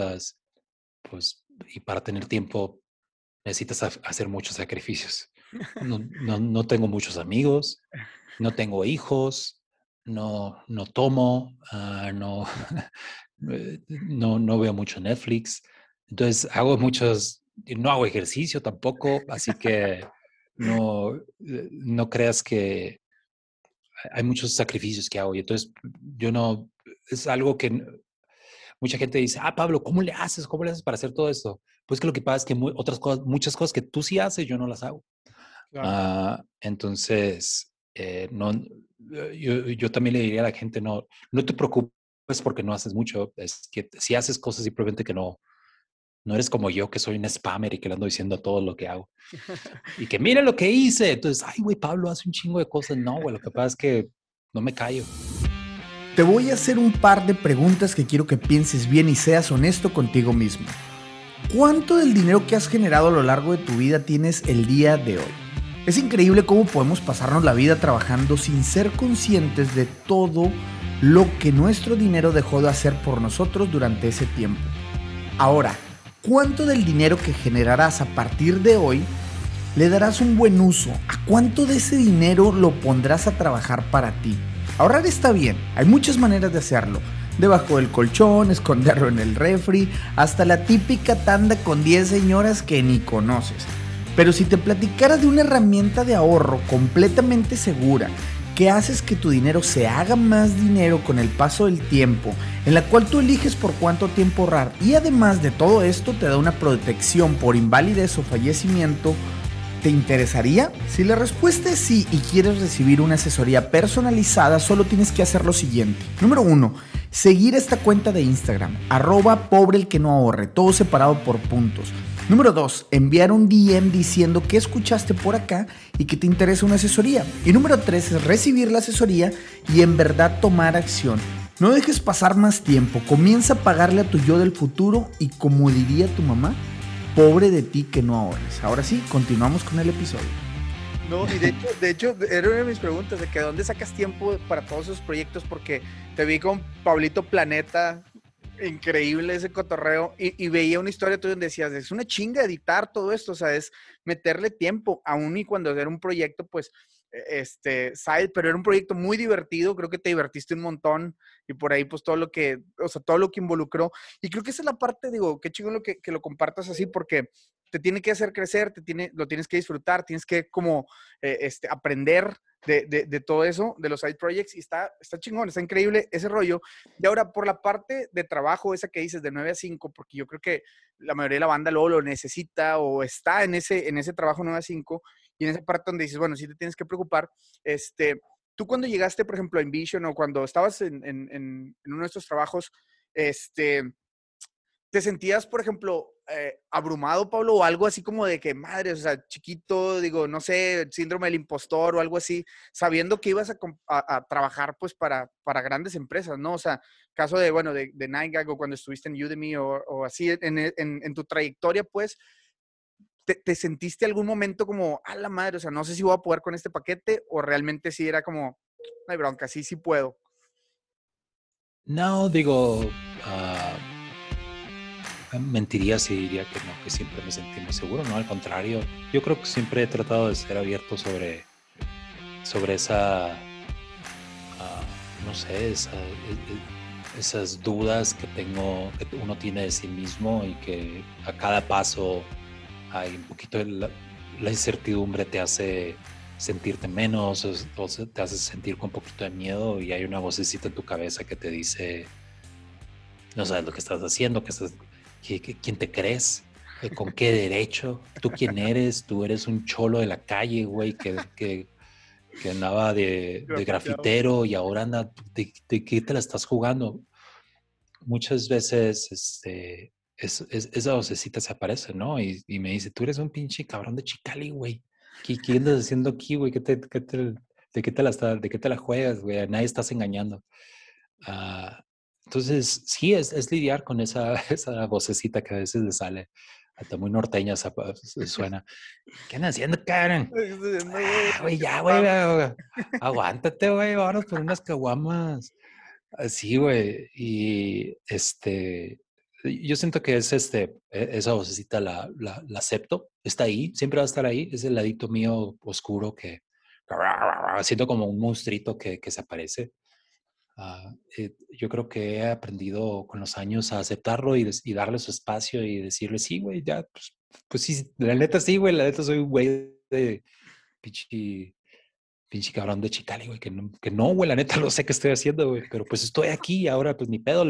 y para tener tiempo necesitas hacer muchos sacrificios. No tengo muchos amigos, no tengo hijos, no tomo, no veo mucho Netflix. Entonces no hago ejercicio tampoco, así que no creas que hay muchos sacrificios que hago. Y entonces yo no, es algo que mucha gente dice, Pablo, ¿cómo le haces? ¿Cómo le haces para hacer todo esto? Pues que lo que pasa es que muchas cosas que tú sí haces, yo no las hago. Claro. Entonces, no, yo también le diría a la gente, no te preocupes porque no haces mucho, es que si haces cosas simplemente que no eres como yo, que soy un spammer y que le ando diciendo todo lo que hago. Y que mire lo que hice. Entonces, ay, güey, Pablo hace un chingo de cosas. No, güey, lo que pasa es que no me callo. Te voy a hacer un par de preguntas que quiero que pienses bien y seas honesto contigo mismo. ¿Cuánto del dinero que has generado a lo largo de tu vida tienes el día de hoy? Es increíble cómo podemos pasarnos la vida trabajando sin ser conscientes de todo lo que nuestro dinero dejó de hacer por nosotros durante ese tiempo. Ahora, ¿cuánto del dinero que generarás a partir de hoy le darás un buen uso? ¿A cuánto de ese dinero lo pondrás a trabajar para ti? Ahorrar está bien, hay muchas maneras de hacerlo. Debajo del colchón, esconderlo en el refri, hasta la típica tanda con 10 señoras que ni conoces. Pero si te platicara de una herramienta de ahorro completamente segura, que haces que tu dinero se haga más dinero con el paso del tiempo, en la cual tú eliges por cuánto tiempo ahorrar y además de todo esto te da una protección por invalidez o fallecimiento ¿Te interesaría? Si la respuesta es sí y quieres recibir una asesoría personalizada, solo tienes que hacer lo siguiente. Número 1, seguir esta cuenta de Instagram, @pobre-el-que-no-ahorre, todo separado por puntos. Número 2, enviar un DM diciendo que escuchaste por acá y que te interesa una asesoría. Y número 3 es recibir la asesoría y en verdad tomar acción. No dejes pasar más tiempo, comienza a pagarle a tu yo del futuro y, como diría tu mamá, pobre de ti que no ahorres. Ahora sí, continuamos con el episodio. No, y de hecho, era una de mis preguntas, de que ¿dónde sacas tiempo para todos esos proyectos? Porque te vi con Pablito Planeta, increíble ese cotorreo, y veía una historia tuya donde decías, es una chinga editar todo esto, o sea, es meterle tiempo, aún y cuando era un proyecto, pues, side, pero era un proyecto muy divertido, creo que te divertiste un montón, y por ahí, pues, todo lo que, o sea, todo lo que involucró, y creo que esa es la parte, digo, qué chingón que lo compartas así, porque te tiene que hacer crecer, lo tienes que disfrutar, tienes que como aprender de todo eso, de los side projects, y está chingón, está increíble ese rollo. Y ahora, por la parte de trabajo, esa que dices de 9 a 5, porque yo creo que la mayoría de la banda luego lo necesita o está en ese trabajo 9 a 5, y en esa parte donde dices, bueno, sí te tienes que preocupar, tú cuando llegaste, por ejemplo, a Envision o cuando estabas en uno de estos trabajos, ¿te sentías, por ejemplo, abrumado, Pablo, o algo así como de que, madre, o sea, chiquito, digo, no sé, síndrome del impostor o algo así, sabiendo que ibas a trabajar, pues, para grandes empresas, ¿no? O sea, caso de, bueno, de 9gag o cuando estuviste en Udemy o así, en tu trayectoria, pues, ¿te sentiste algún momento como, a la madre, o sea, no sé si voy a poder con este paquete, o realmente sí era como, no hay bronca, sí puedo? No, digo, mentiría si diría que no, que siempre me sentí muy seguro, ¿no? Al contrario, yo creo que siempre he tratado de ser abierto sobre esa, no sé, esas dudas que tengo, que uno tiene de sí mismo y que a cada paso hay un poquito de la incertidumbre te hace sentirte menos o te hace sentir con un poquito de miedo y hay una vocecita en tu cabeza que te dice, no sabes lo que estás haciendo, quién te crees, con qué derecho, tú quién eres, tú eres un cholo de la calle, güey, que andaba de Grafiteado. grafitero y ahora anda, ¿de qué te la estás jugando? Muchas veces esa vocecita se aparece, ¿no? Y me dice, tú eres un pinche cabrón de Chicali, güey. ¿Qué andas haciendo aquí, güey? ¿De qué te la juegas, güey? A nadie estás engañando. Ah, entonces, sí, es lidiar con esa vocecita que a veces le sale, hasta muy norteña suena. ¿Qué andas haciendo, cabrón? No, güey, hay Güey, que ya, güey, matar. aguántate, güey, vámonos por unas caguamas. Sí, güey, y yo siento que es esa vocecita la acepto, está ahí, siempre va a estar ahí, es el ladito mío oscuro que siento como un monstruito que se aparece. Yo creo que he aprendido con los años a aceptarlo y darle su espacio y decirle, sí, güey, ya, pues sí, la neta sí, güey, la neta soy un güey de pinche, pinche cabrón de Chicali, güey, que no, güey, la neta lo sé que estoy haciendo, güey, pero pues estoy aquí y ahora pues ni pedo,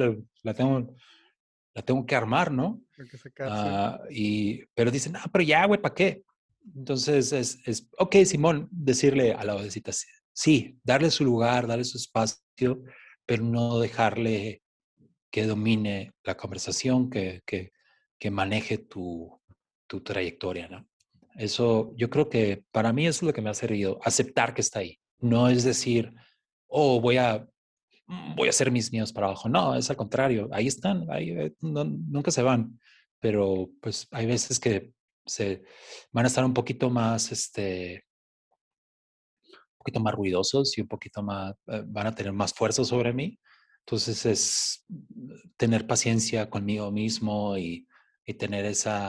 la tengo que armar, ¿no? Hay que sacarse. Pero dicen, ah, pero ya, güey, ¿para qué? Entonces ok, Simón, decirle a la vocecita, sí, darle su lugar, darle su espacio, pero no dejarle que domine la conversación, que maneje tu trayectoria, ¿no? Eso, yo creo que para mí eso es lo que me ha servido, aceptar que está ahí. No es decir, oh, voy a hacer mis míos para abajo. No, es al contrario, ahí están, ahí, nunca se van, pero pues hay veces que se van a estar un poquito más ruidosos y un poquito más, van a tener más fuerza sobre mí. Entonces es tener paciencia conmigo mismo y tener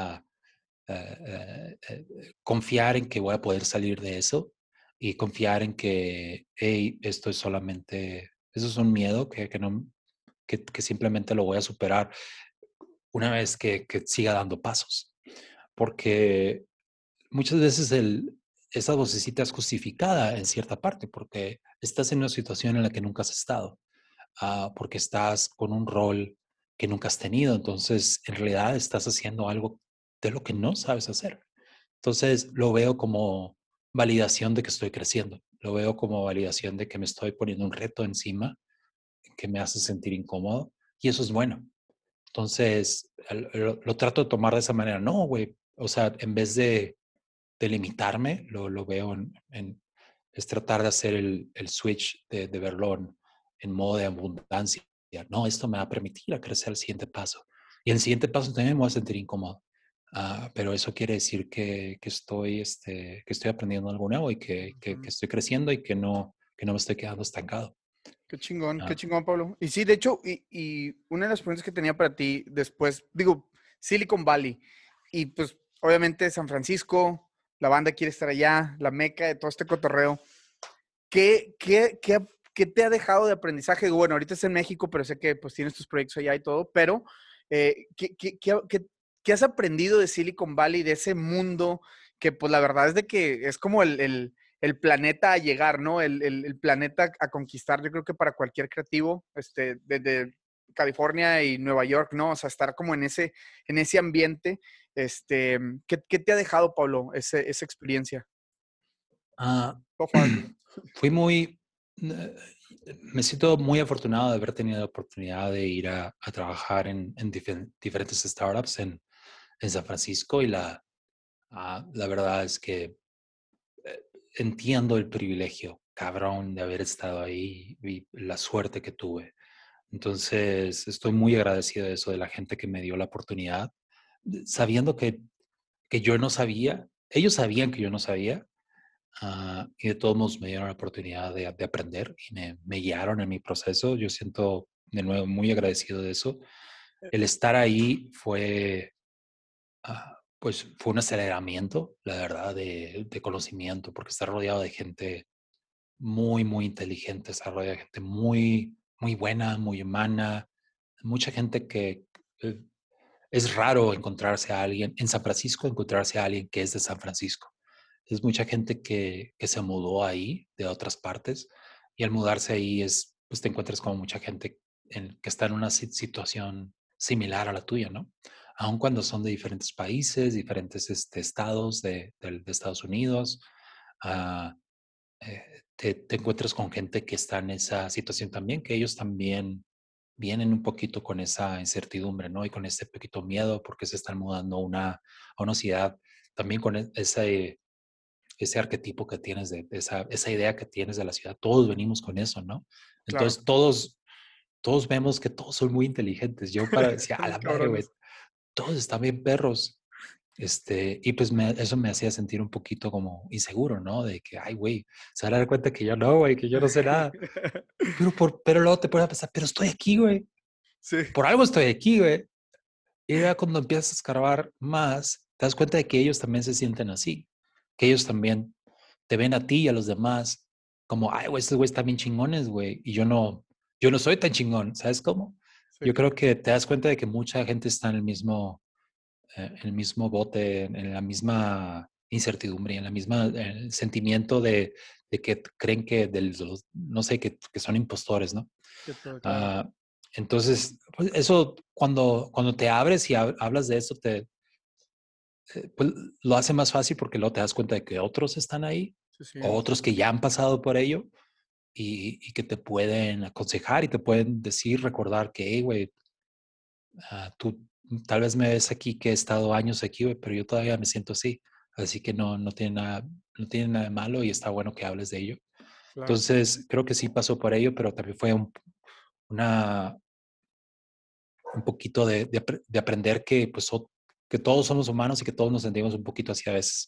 confiar en que voy a poder salir de eso y confiar en que, hey, esto es solamente, eso es un miedo no, que simplemente lo voy a superar una vez que siga dando pasos. Porque muchas veces esa vocecita es justificada en cierta parte porque estás en una situación en la que nunca has estado, porque estás con un rol que nunca has tenido, entonces en realidad estás haciendo algo de lo que no sabes hacer. Entonces lo veo como validación de que estoy creciendo. Lo veo como validación de que me estoy poniendo un reto encima que me hace sentir incómodo y eso es bueno. Entonces lo trato de tomar de esa manera. No, güey. O sea, en vez de limitarme, lo veo es tratar de hacer el switch de verlo en modo de abundancia. No, esto me va a permitir a crecer al siguiente paso. Y en el siguiente paso también me voy a sentir incómodo. Pero eso quiere decir que estoy aprendiendo algo nuevo y que estoy creciendo y que no me estoy quedando estancado. Qué Ah, chingón, Pablo. Y sí, de hecho, y una de las preguntas que tenía para ti después, digo, Silicon Valley, y pues obviamente San Francisco, la banda quiere estar allá, la meca de todo este cotorreo. ¿Qué te ha dejado de aprendizaje? Bueno, ahorita estás en México, pero sé que pues tienes tus proyectos allá y todo, pero ¿qué has aprendido de Silicon Valley, de ese mundo que pues la verdad es de que es como el planeta a llegar, ¿no? El planeta a conquistar, yo creo que para cualquier creativo, desde California y Nueva York, ¿no? O sea, estar como en ese ambiente, ¿qué te ha dejado, Pablo, esa experiencia? ah, So far. fui muy, me siento muy afortunado de haber tenido la oportunidad de ir a trabajar en diferentes startups en San Francisco y la verdad es que entiendo el privilegio, cabrón, de haber estado ahí y la suerte que tuve. Entonces, estoy muy agradecido de eso, de la gente que me dio la oportunidad, sabiendo que yo no sabía, ellos sabían que yo no sabía, y de todos modos me dieron la oportunidad de aprender y me guiaron en mi proceso. Yo siento de nuevo muy agradecido de eso. El estar ahí pues fue un aceleramiento, la verdad, de conocimiento, porque estar rodeado de gente muy, muy inteligente, estar rodeado de gente muy, muy buena, muy humana, mucha gente que es raro encontrarse a alguien, en San Francisco encontrarse a alguien que es de San Francisco. Es mucha gente que se mudó ahí de otras partes y al mudarse ahí pues te encuentras con mucha gente que está en una situación similar a la tuya, ¿no? Aun cuando son de diferentes países, diferentes estados de Estados Unidos, uh, te encuentras con gente que está en esa situación también, que ellos también vienen un poquito con esa incertidumbre, ¿no? Y con ese poquito miedo porque se están mudando a una ciudad, también con ese arquetipo que tienes, de esa idea que tienes de la ciudad. Todos venimos con eso, ¿no? Claro. Entonces todos vemos que todos son muy inteligentes. Yo decía, Están a bien la madre, güey, cabrones. todos están bien perros. Y pues eso me hacía sentir un poquito como inseguro, ¿no? De que, ay, güey, se van a dar cuenta que yo no, güey, que yo no sé nada. Pero luego te pones a pensar, pero estoy aquí, güey. Sí, Por algo estoy aquí, güey. Y ya cuando empiezas a escarbar más, te das cuenta de que ellos también se sienten así. Que ellos también te ven a ti y a los demás como, ay, güey, estos güeyes están bien chingones, güey. Y yo no soy tan chingón, ¿sabes cómo? sí, Yo creo que te das cuenta de que mucha gente está en el mismo bote, en la misma incertidumbre, en la misma sentimiento de que creen que no sé, que son impostores, ¿no? que todo, claro. Ah, entonces, pues eso, cuando te abres y hablas de eso, pues, lo hace más fácil porque luego te das cuenta de que otros están ahí, Sí, sí. o otros que ya han pasado por ello y que te pueden aconsejar y te pueden decir, recordar que, hey, güey, tú tal vez me ves aquí que he estado años aquí, güey, pero yo todavía me siento así. Así que no tiene nada de malo y está bueno que hables de ello. Claro. Entonces, creo que sí pasó por ello, pero también fue una, un poquito de aprender que, pues, que todos somos humanos y que todos nos sentimos un poquito así a veces.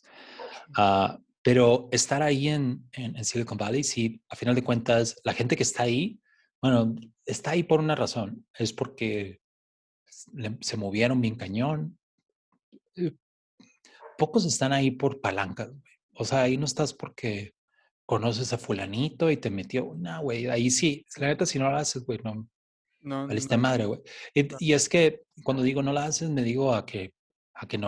Pero estar ahí en Silicon Valley, sí, a final de cuentas, la gente que está ahí, bueno, está ahí por una razón. Es porque se movieron bien cañón. Eh, Pocos están ahí por palancas, güey. O sea, ahí no estás porque conoces a fulanito y te metió. No, güey, ahí sí. La neta, si no lo haces, güey, no, No, valiste no, madre, güey. Y es que cuando digo no la haces, me digo a que no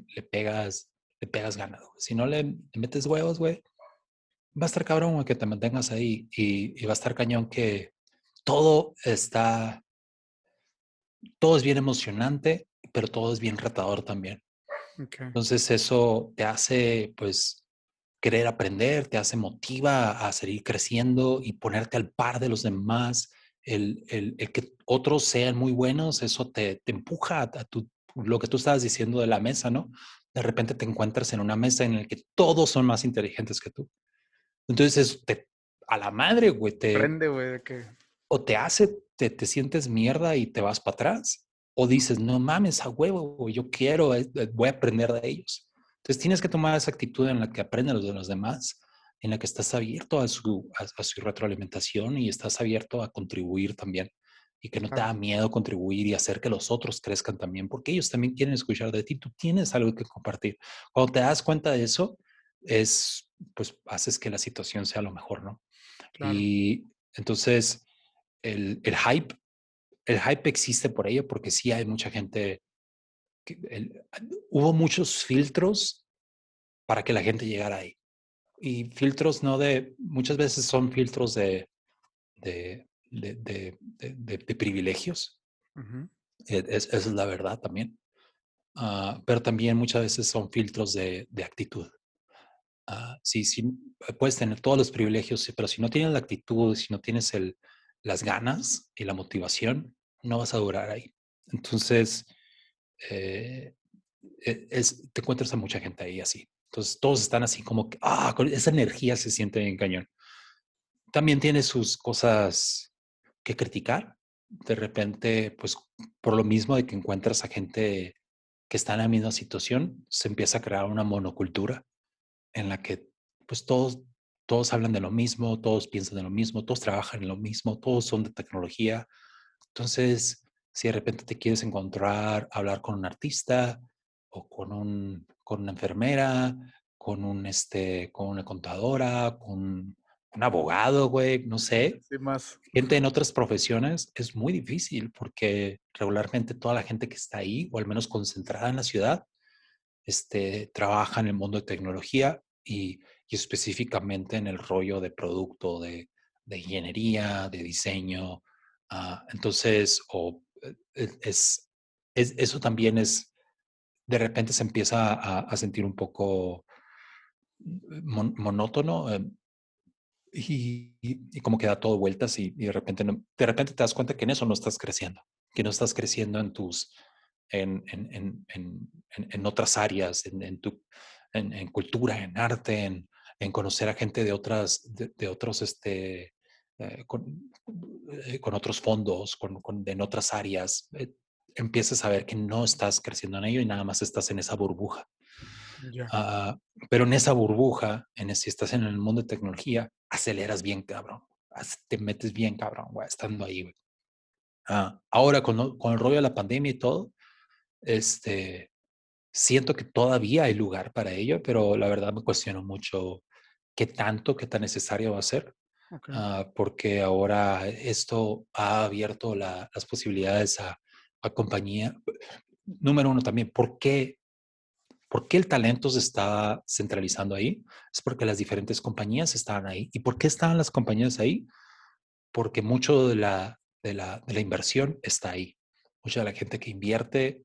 le pegas ganas, güey. Si no le metes huevos, güey, va a estar cabrón, güey, que te mantengas ahí y va a estar cañón que todo está, todo es bien emocionante, pero todo es bien retador también. Ok, Entonces eso te hace, pues, querer aprender, te hace motiva a seguir creciendo y ponerte al par de los demás. El que otros sean muy buenos, eso te empuja a lo que tú estabas diciendo de la mesa, ¿no? De repente te encuentras en una mesa en la que todos son más inteligentes que tú. Entonces, a la madre, güey, prende, güey, de que, o te hace, te sientes mierda y te vas para atrás, o dices, no mames, a huevo, güey, yo quiero, voy a aprender de ellos. Entonces tienes que tomar esa actitud en la que aprendes de los demás, en la que estás abierto a su retroalimentación y estás abierto a contribuir también. Y que no te claro, da miedo contribuir y hacer que los otros crezcan también, porque ellos también quieren escuchar de ti. Tú tienes algo que compartir. Cuando te das cuenta de eso, pues haces que la situación sea lo mejor, ¿no? claro. Y entonces, el, el hype, el hype existe por ello porque sí hay mucha gente, hubo muchos filtros para que la gente llegara ahí. Y filtros no de, muchas veces son filtros de privilegios, esa es la verdad también. Pero también muchas veces son filtros de actitud. Sí, sí, puedes tener todos los privilegios, sí, pero si no tienes la actitud, si no tienes las ganas y la motivación, no vas a durar ahí. Entonces, eh, te encuentras a mucha gente ahí así. Entonces, todos están así como que, con esa energía se siente bien cañón. También tiene sus cosas que criticar. De repente, pues, por lo mismo de que encuentras a gente que está en la misma situación, se empieza a crear una monocultura en la que pues todos hablan de lo mismo, todos piensan de lo mismo, todos trabajan en lo mismo, todos son de tecnología. Entonces, si de repente te quieres encontrar, hablar con un artista o con una enfermera, con una contadora, con un abogado, güey, no sé, Sí, más. gente en otras profesiones, es muy difícil porque regularmente toda la gente que está ahí, o al menos concentrada en la ciudad, trabaja en el mundo de tecnología y específicamente en el rollo de producto, de ingeniería, de diseño. Entonces, eso también es, de repente se empieza a sentir un poco monótono, y como que da todo vueltas y de repente, de repente te das cuenta que en eso no estás creciendo, que no estás creciendo en otras áreas, en cultura, en arte, en conocer a gente de de otros, eh, con, con otros fondos, en otras áreas. Empiezas a ver que no estás creciendo en ello y nada más estás en esa burbuja. Ya, Ah, pero en esa burbuja, si estás en el mundo de tecnología, aceleras bien, cabrón. Te metes bien, cabrón, güey, estando ahí, güey. Ahora, con el rollo de la pandemia y todo, este, siento que todavía hay lugar para ello, pero la verdad me cuestiono mucho qué tan necesario va a ser, ok, porque ahora esto ha abierto las posibilidades a compañía. Número uno también, ¿por qué el talento se está centralizando ahí? Es porque las diferentes compañías estaban ahí. ¿Y por qué estaban las compañías ahí? Porque mucho de la inversión está ahí. Mucha de la gente que invierte,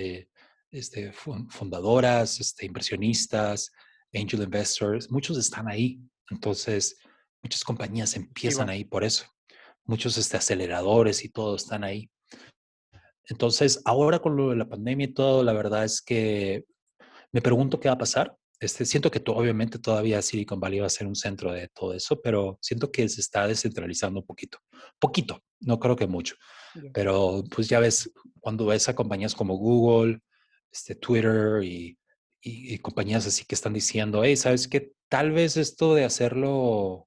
fundadoras, inversionistas, angel investors, muchos están ahí. Entonces, muchas compañías empiezan iban. ahí por eso. Muchos aceleradores y todo están ahí. Entonces, ahora con lo de la pandemia y todo, la verdad es que me pregunto qué va a pasar. Siento que obviamente todavía Silicon Valley va a ser un centro de todo eso, pero siento que se está descentralizando un poquito. Poquito, no creo que mucho. Ya, Pero pues ya ves, cuando ves a compañías como Google, Twitter y compañías así que están diciendo, hey, ¿sabes qué? Tal vez esto de hacerlo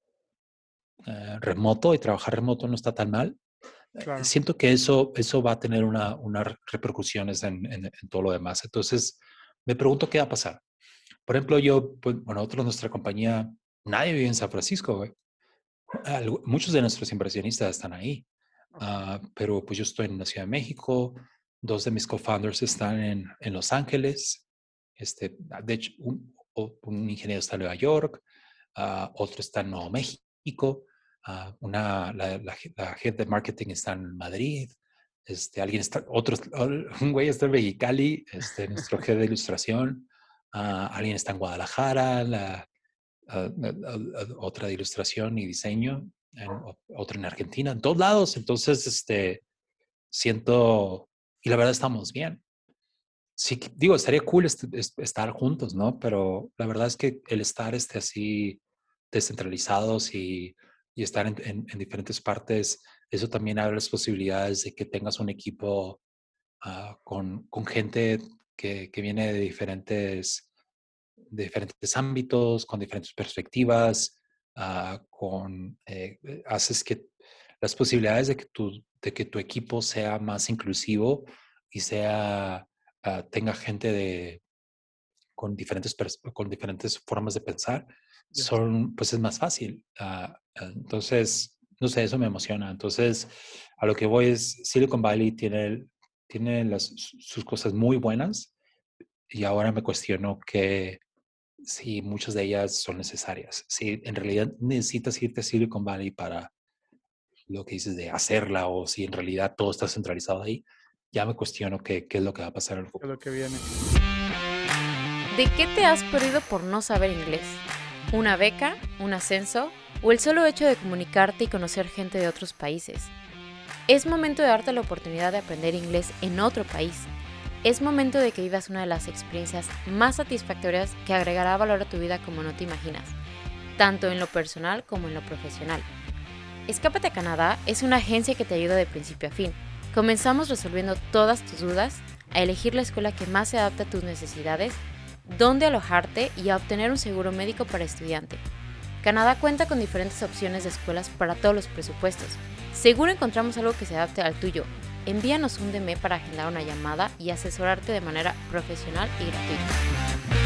remoto y trabajar remoto no está tan mal. claro. Siento que eso va a tener unas repercusiones en todo lo demás. Entonces, me pregunto qué va a pasar. Por ejemplo, yo, pues, bueno, nosotros, nuestra compañía, nadie vive en San Francisco, güey. Muchos de nuestros inversionistas están ahí. Ok, Pero pues yo estoy en la Ciudad de México, dos de mis co-founders están en Los Ángeles, de hecho, un ingeniero está en Nueva York, otro está en Nuevo México, la head de marketing está en Madrid, un güey está en Mexicali, nuestro jefe de ilustración, alguien está en Guadalajara, otra de ilustración y diseño, otra en Argentina, en todos lados. Entonces, siento, y la verdad estamos bien. Sí, digo, estaría cool estar juntos, ¿no? Pero la verdad es que el estar así descentralizados y estar en diferentes partes, eso también abre las posibilidades de que tengas un equipo con gente que viene de diferentes ámbitos, con diferentes perspectivas, haces que las posibilidades de que tu equipo sea más inclusivo y tenga gente con diferentes formas de pensar, Yes. pues es más fácil. Entonces, no sé, eso me emociona. Entonces, a lo que voy es, Silicon Valley tiene sus cosas muy buenas y ahora me cuestiono que si muchas de ellas son necesarias. Si en realidad necesitas irte a Silicon Valley para lo que dices de hacerla o si en realidad todo está centralizado ahí, ya me cuestiono qué es lo que va a pasar en el Es futuro. lo que viene. ¿De qué te has perdido por no saber inglés? ¿Una beca? ¿Un ascenso? ¿O el solo hecho de comunicarte y conocer gente de otros países? Es momento de darte la oportunidad de aprender inglés en otro país. Es momento de que vivas una de las experiencias más satisfactorias que agregará valor a tu vida como no te imaginas, tanto en lo personal como en lo profesional. Escápate a Canadá es una agencia que te ayuda de principio a fin. Comenzamos resolviendo todas tus dudas, a elegir la escuela que más se adapte a tus necesidades, dónde alojarte y a obtener un seguro médico para estudiante. Canadá cuenta con diferentes opciones de escuelas para todos los presupuestos. Seguro encontramos algo que se adapte al tuyo. Envíanos un DM para agendar una llamada y asesorarte de manera profesional y gratuita.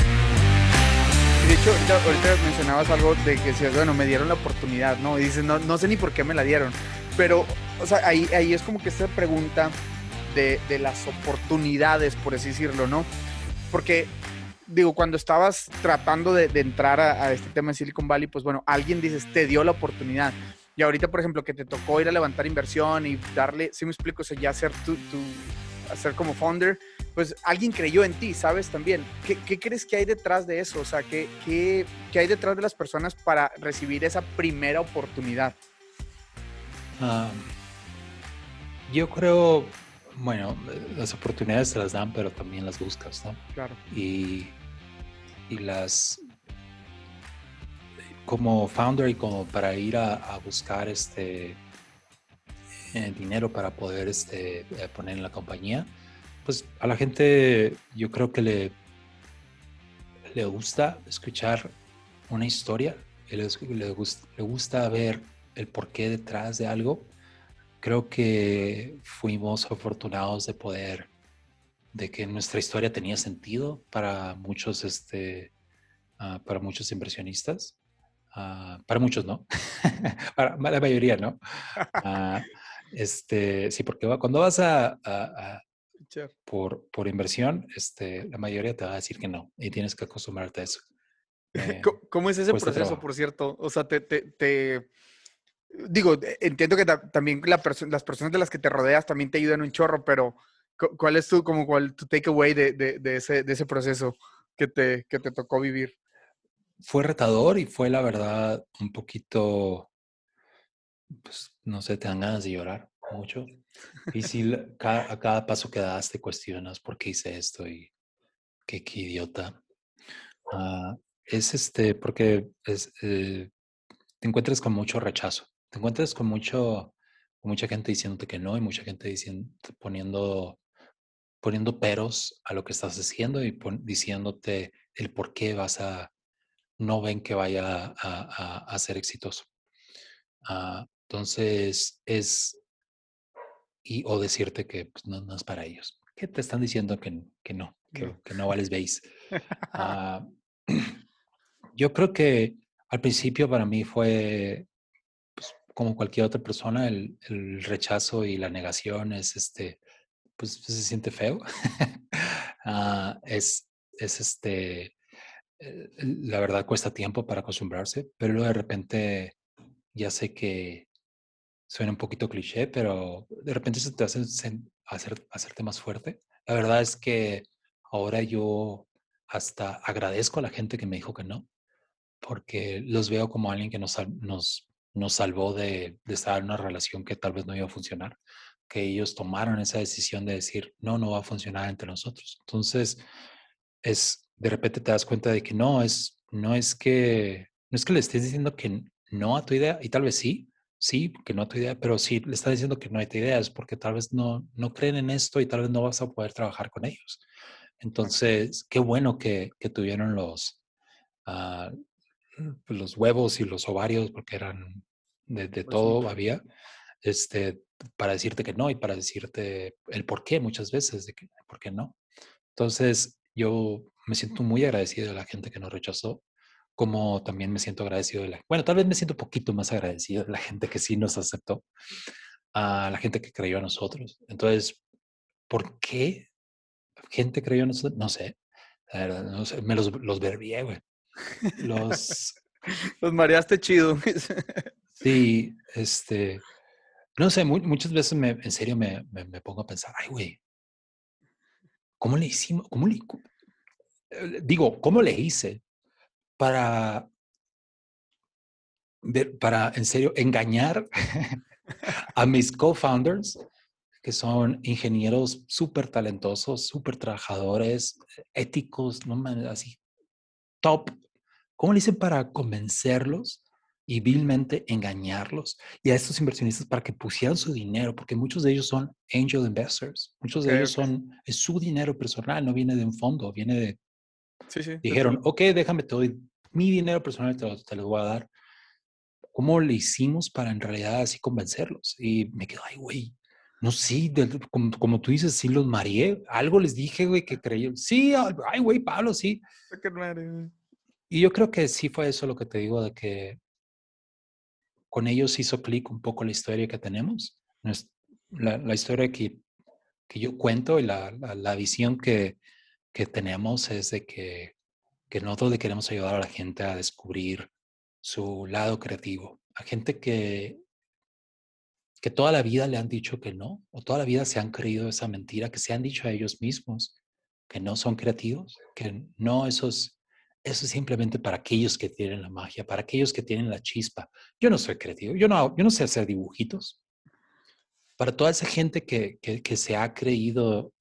Y de hecho, ahorita mencionabas algo de que decías, bueno, me dieron la oportunidad, ¿no? Y dices, no sé ni por qué me la dieron. Pero, o sea, ahí es como que esta pregunta de las oportunidades, por así decirlo, ¿no? Porque, digo, cuando estabas tratando de entrar a este tema de Silicon Valley, pues bueno, alguien dices, te dio la oportunidad. Y ahorita, por ejemplo, que te tocó ir a levantar inversión y darle, si me explico, o sea, ya hacer como founder, pues alguien creyó en ti, ¿sabes? También. ¿Qué crees que hay detrás de eso? O sea, ¿qué hay detrás de las personas para recibir esa primera oportunidad? Um, yo creo, bueno, las oportunidades se las dan, pero también las buscas, ¿no? Claro. Y como founder y como para ir a buscar dinero para poder poner en la compañía, pues a la gente yo creo que le gusta escuchar una historia, y le gusta ver el porqué detrás de algo. Creo que fuimos afortunados de que nuestra historia tenía sentido para muchos inversionistas. Para muchos no, para la mayoría no. Ah, sí, porque cuando vas Chef. por inversión, la mayoría te va a decir que no y tienes que acostumbrarte a eso. ¿Cómo es ese Cuesta proceso, trabajo. por cierto? O sea, digo, entiendo que también las personas de las que te rodeas también te ayudan un chorro, pero ¿cuál es tu takeaway de ese proceso que te tocó vivir? Fue retador y fue la verdad un poquito, pues no sé, te dan ganas de llorar mucho. Y si a cada paso que das te cuestionas por qué hice esto y qué idiota. Es porque te encuentras con mucho rechazo, te encuentras con mucha gente diciéndote que no y mucha gente poniendo peros a lo que estás haciendo y diciéndote el por qué no ven que vaya a ser exitoso. Entonces o decirte que pues, no es para ellos, que te están diciendo que no, No. que no vales base. Ah, yo creo que al principio para mí fue pues, como cualquier otra persona, el rechazo y la negación pues se siente feo. Ah, la verdad cuesta tiempo para acostumbrarse, pero luego de repente ya sé suena un poquito cliché, pero de repente se te hace hacerte más fuerte. La verdad es que ahora yo hasta agradezco a la gente que me dijo que no, porque los veo como alguien que nos salvó de estar en una relación que tal vez no iba a funcionar, que ellos tomaron esa decisión de decir, no, no va a funcionar entre nosotros. Entonces, de repente te das cuenta de que no es que le estés diciendo que no a tu idea, y tal vez sí, que no a tu idea, pero sí le estás diciendo que no a tu idea, es porque tal vez no creen en esto y tal vez no vas a poder trabajar con ellos. Claro. Entonces, qué bueno que tuvieron ah, los huevos y los ovarios, porque eran de Pues sí. todo había, este, para decirte que no y para decirte el por qué muchas veces, de que por qué no. Entonces, yo me siento muy agradecido de la gente que nos rechazó, como también me siento agradecido bueno, tal vez me siento un poquito más agradecido de la gente que sí nos aceptó, a la gente que creyó en nosotros. Entonces, ¿por qué gente creyó en nosotros? No sé, la verdad, no sé, los verbié, güey. Los, Los mareaste chido. sí, no sé, muchas veces en serio me pongo a pensar, ay, güey, ¿cómo le hicimos? Digo, ¿cómo le hice para, para en serio engañar a mis co-founders, que son ingenieros súper talentosos, súper trabajadores, éticos, no man, así, top? ¿Cómo le hice para convencerlos y vilmente engañarlos y a estos inversionistas para que pusieran su dinero? Porque muchos de ellos son angel investors, muchos Ok, de ellos ok. es su dinero personal, no viene de un fondo, viene de, Sí, sí, de tu... dijeron, ok, déjame, te doy mi dinero personal, te lo voy a dar. ¿Cómo le hicimos para en realidad así convencerlos? Y me quedo, ay, güey, no sé, como tú dices, sí los mareé, algo les dije, güey, que creí, sí, ay, güey, Pablo, sí. Qué madre, güey. Y yo creo que sí fue eso lo que te digo, de que con ellos hizo clic un poco la historia que tenemos, la historia que yo cuento y la visión que tenemos es de que nosotros le queremos ayudar a la gente a descubrir su lado creativo, a gente que toda la vida le han dicho que no, o toda la vida se han creído esa mentira, que se han dicho a ellos mismos que no son creativos, que no, eso es simplemente para aquellos que tienen la magia, para aquellos que tienen la chispa. Yo no soy creativo, yo no sé hacer dibujitos. Para toda esa gente que se ha creído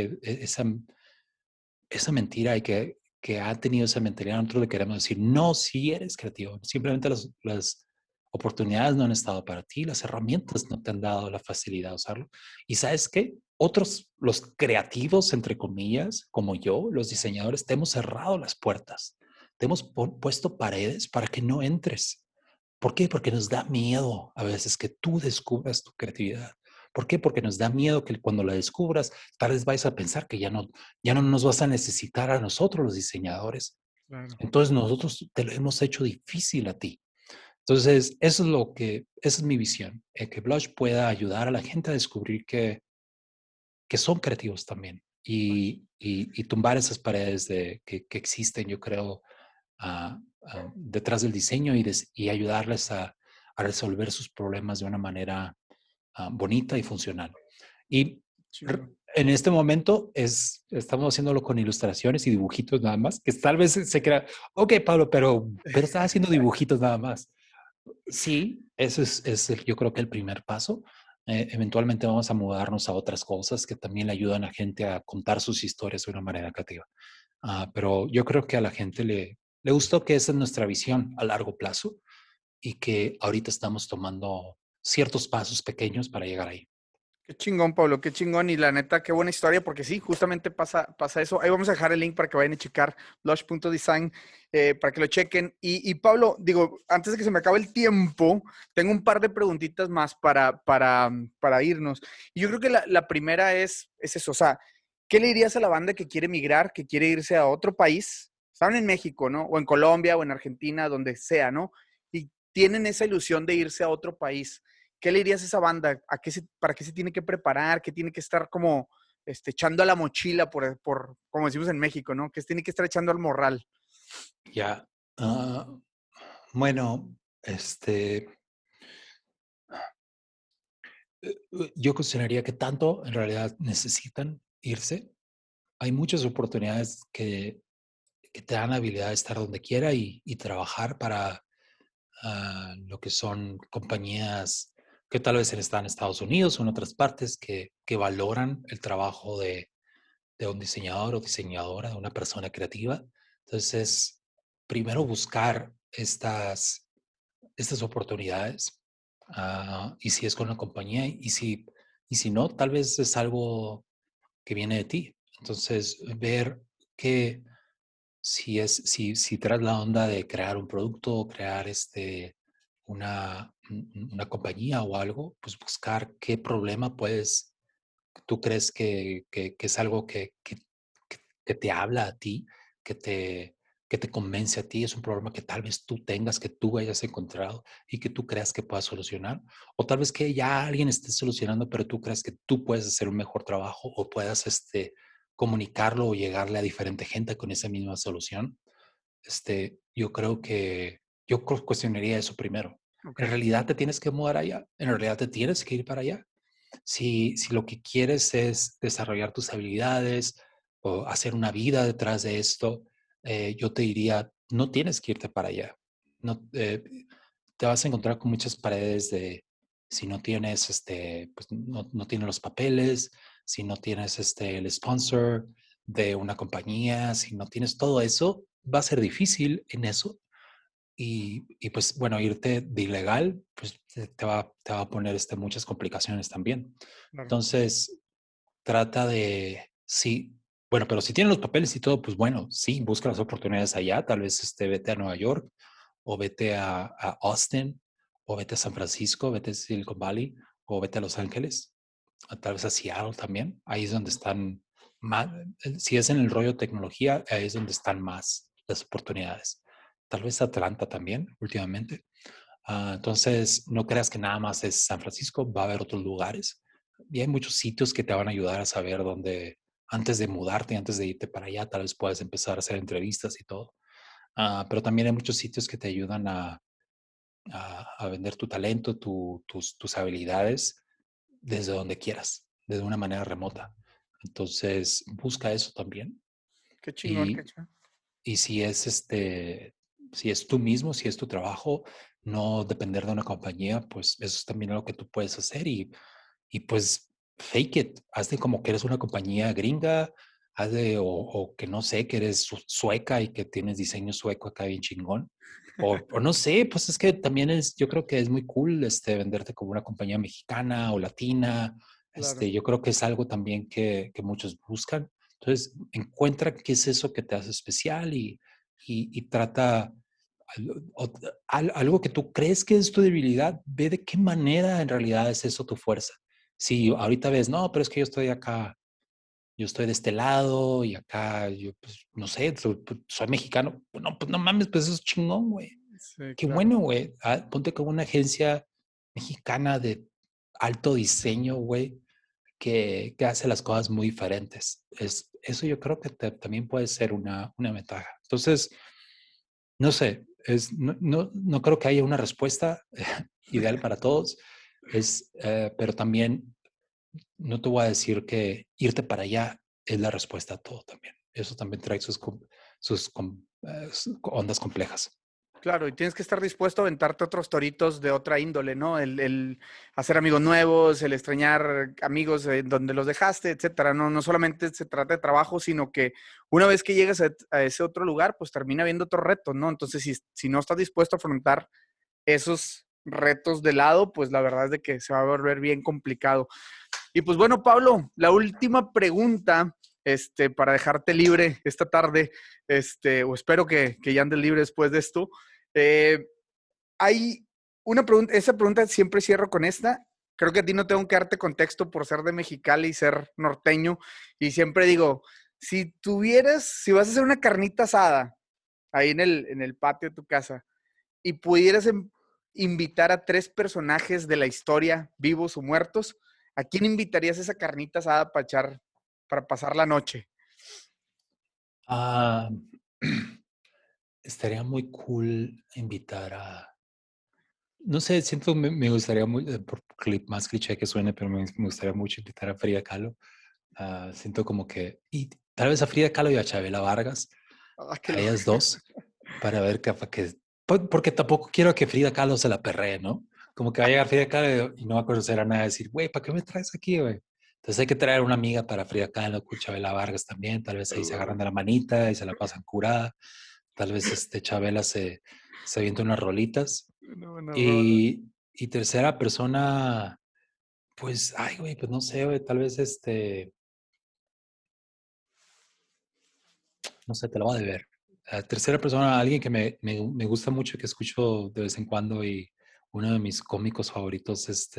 esa mentira y que ha tenido esa mentalidad, nosotros le queremos decir, no, si eres creativo, simplemente las oportunidades no han estado para ti, las herramientas no te han dado la facilidad de usarlo. Y sabes qué, otros, los creativos, entre comillas, como yo, los diseñadores, te hemos cerrado las puertas, te hemos puesto paredes para que no entres. ¿Por qué? Porque nos da miedo a veces que tú descubras tu creatividad. ¿Por qué? Porque nos da miedo que cuando la descubras, tal vez vais a pensar que ya no nos vas a necesitar a nosotros los diseñadores. Claro. Entonces nosotros te lo hemos hecho difícil a ti. Entonces, esa es mi visión, que Blush pueda ayudar a la gente a descubrir que son creativos también y tumbar esas paredes que existen, yo creo, detrás del diseño y ayudarles a resolver sus problemas de una manera bonita y funcional. Y Chingón. en este momento estamos haciéndolo con ilustraciones y dibujitos nada más, que tal vez se crea, ok, Pablo, pero estás haciendo dibujitos nada más. Sí, eso yo creo que el primer paso. Eventualmente vamos a mudarnos a otras cosas que también le ayudan a gente a contar sus historias de una manera creativa. Pero yo creo que a la gente le gustó que esa es nuestra visión a largo plazo y que ahorita estamos tomando ciertos pasos pequeños para llegar ahí. Qué chingón, Pablo, qué chingón. Y la neta, qué buena historia, porque sí, justamente pasa eso. Ahí vamos a dejar el link para que vayan a checar blush.design, para que lo chequen. Y Pablo, digo, antes de que se me acabe el tiempo, tengo un par de preguntitas más para irnos. Y yo creo que la primera es eso, o sea, ¿qué le dirías a la banda que quiere migrar, que quiere irse a otro país? Están en México, ¿no? O en Colombia o en Argentina, donde sea, ¿no? Y tienen esa ilusión de irse a otro país. ¿Qué le dirías a esa banda? ¿Para qué se tiene que preparar? ¿Qué tiene que estar como echando a la mochila, como decimos en México, ¿no? ¿Qué tiene que estar echando al morral? Ya, ah, bueno, yo consideraría que tanto en realidad necesitan irse. Hay muchas oportunidades que te dan la habilidad de estar donde quiera y trabajar para lo que son compañías que tal vez están en Estados Unidos o en otras partes que valoran el trabajo de un diseñador o diseñadora, de una persona creativa. Entonces, primero buscar estas oportunidades, y si es con la compañía y si no, tal vez es algo que viene de ti. Entonces, ver que si traes la onda de crear un producto o crear una compañía o algo, pues buscar qué problema tú crees que es algo que te habla a ti, que te, que te convence a ti, es un problema que tal vez tú tengas, que tú hayas encontrado y que tú creas que puedas solucionar, o tal vez que ya alguien esté solucionando, pero tú creas que tú puedes hacer un mejor trabajo o puedas comunicarlo o llegarle a diferente gente con esa misma solución. Yo creo que cuestionaría eso primero. Ok, ¿En realidad te tienes que mudar allá? ¿En realidad te tienes que ir para allá? Si lo que quieres es desarrollar tus habilidades o hacer una vida detrás de esto, yo te diría, no tienes que irte para allá. No, te vas a encontrar con muchas paredes de si no tienes, pues no tienes los papeles, si no tienes el sponsor de una compañía, si no tienes todo eso, va a ser difícil en eso. Y pues bueno, irte de ilegal, pues te va a poner muchas complicaciones también. claro. Entonces, trata de, sí, bueno, pero si tienes los papeles y todo, pues bueno, sí, busca las oportunidades allá, tal vez vete a Nueva York o vete a Austin o vete a San Francisco, vete a Silicon Valley o vete a Los Ángeles, tal vez a Seattle también, ahí es donde están más, si es en el rollo de tecnología, ahí es donde están más las oportunidades. Tal vez Atlanta también, últimamente. Entonces, no creas que nada más es San Francisco, va a haber otros lugares. Y hay muchos sitios que te van a ayudar a saber dónde, antes de mudarte, antes de irte para allá, tal vez puedas empezar a hacer entrevistas y todo. Pero también hay muchos sitios que te ayudan a vender tu talento, tus habilidades desde donde quieras, desde una manera remota. Entonces, busca eso también. Qué chingón, qué Y, chingón. y si es tú mismo, si es tu trabajo, no depender de una compañía, pues eso es también algo que tú puedes hacer y pues fake it, hazte como que eres una compañía gringa, o que no sé, que eres sueca y que tienes diseño sueco acá bien chingón. O no sé, pues es que también yo creo que es muy cool venderte como una compañía mexicana o latina. Claro. Yo creo que es algo también que muchos buscan. Entonces, encuentra qué es eso que te hace especial y trata algo que tú crees que es tu debilidad, ve de qué manera en realidad es eso tu fuerza. Si ahorita ves, no, pero es que yo estoy acá, yo estoy de este lado y acá, yo pues no sé, soy mexicano. Pues no mames, pues eso es chingón, güey. Sí, Qué claro. bueno, güey. Ponte con una agencia mexicana de alto diseño, güey, que hace las cosas muy diferentes. Eso yo creo que también puede ser una ventaja. Entonces, no sé, no creo que haya una respuesta ideal para todos, pero también no te voy a decir que irte para allá es la respuesta a todo también. Eso también trae sus ondas complejas. Claro, y tienes que estar dispuesto a aventarte otros toritos de otra índole, ¿no? El hacer amigos nuevos, el extrañar amigos donde los dejaste, etcétera. No, no solamente se trata de trabajo, sino que una vez que llegas a ese otro lugar, pues termina habiendo otros retos, ¿no? Entonces, si no estás dispuesto a afrontar esos retos de lado, pues la verdad es de que se va a volver bien complicado. Y pues bueno, Pablo, la última pregunta, para dejarte libre esta tarde, o espero que ya andes libre después de esto. Eh, Hay una pregunta, esa pregunta siempre cierro con esta. Creo que a ti no tengo que darte contexto por ser de Mexicali y ser norteño. Y siempre digo, si vas a hacer una carnita asada ahí en el patio de tu casa y pudieras invitar a 3 personajes de la historia, vivos o muertos, ¿a quién invitarías a esa carnita asada para pasar la noche? Ah, estaría muy cool invitar No sé, siento, me gustaría por más cliché que suene, pero me gustaría mucho invitar a Frida Kahlo. Siento como que, y tal vez a Frida Kahlo y a Chabela Vargas, Ah, a ellas dos, para ver porque tampoco quiero que Frida Kahlo se la perree, ¿no? Como que va a llegar Frida Kahlo y no va a conocer a nada, decir, güey, ¿para qué me traes aquí, güey? Entonces hay que traer una amiga para Frida Kahlo, con Chabela Vargas también, tal vez ahí se agarran de la manita y se la pasan curada, tal vez Chabela se avienta unas rolitas. una buena rola. Y tercera persona, pues, ay, güey, pues no sé, güey, tal vez no sé, te lo voy a deber. Tercera persona, alguien que me gusta mucho, que escucho de vez en cuando y uno de mis cómicos favoritos es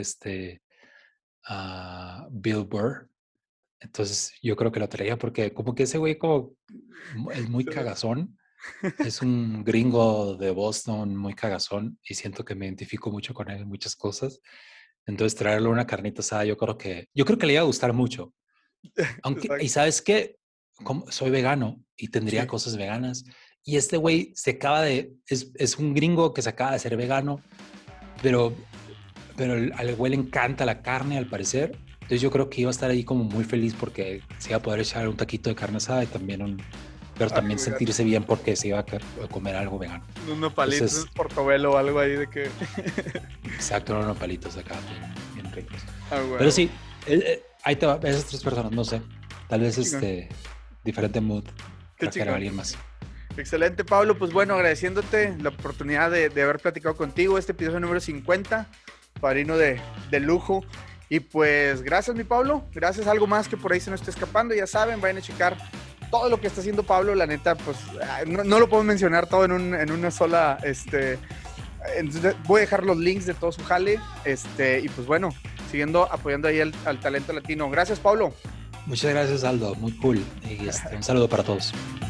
Bill Burr. Entonces yo creo que lo traía porque como que ese güey como es muy cagazón. Es un gringo de Boston muy cagazón y siento que me identifico mucho con él en muchas cosas. Entonces traerle una carnita asada, yo creo que le iba a gustar mucho. Aunque, y Exacto. sabes qué, como soy vegano y tendría Sí. cosas veganas. Y este güey es un gringo que se acaba de ser vegano, pero, al güey le encanta la carne al parecer. Entonces yo creo que iba a estar ahí como muy feliz porque se iba a poder echar un taquito de carne asada y también pero Algo también vegano. sentirse bien porque se iba a comer algo vegano. Unos nopalitos, Entonces, unos portobelo o algo ahí de que. exacto, unos palitos acá bien ricos. Ah, Pero huevo. sí, ahí te va, esas tres personas, no sé, tal Qué vez chingón. diferente mood, Qué trajeron a chingón. alguien más. Excelente, Pablo. Pues bueno, agradeciéndote la oportunidad de haber platicado contigo. Este episodio número 50, padrino de lujo. Y pues gracias, mi Pablo. Gracias. Algo más que por ahí se nos esté escapando. Ya saben, vayan a checar todo lo que está haciendo Pablo. La neta, pues no lo puedo mencionar todo en una sola. Entonces, voy a dejar los links de todo su jale. Y pues bueno, siguiendo apoyando ahí al talento latino. Gracias, Pablo. Muchas gracias, Aldo, muy cool. Y un saludo para todos.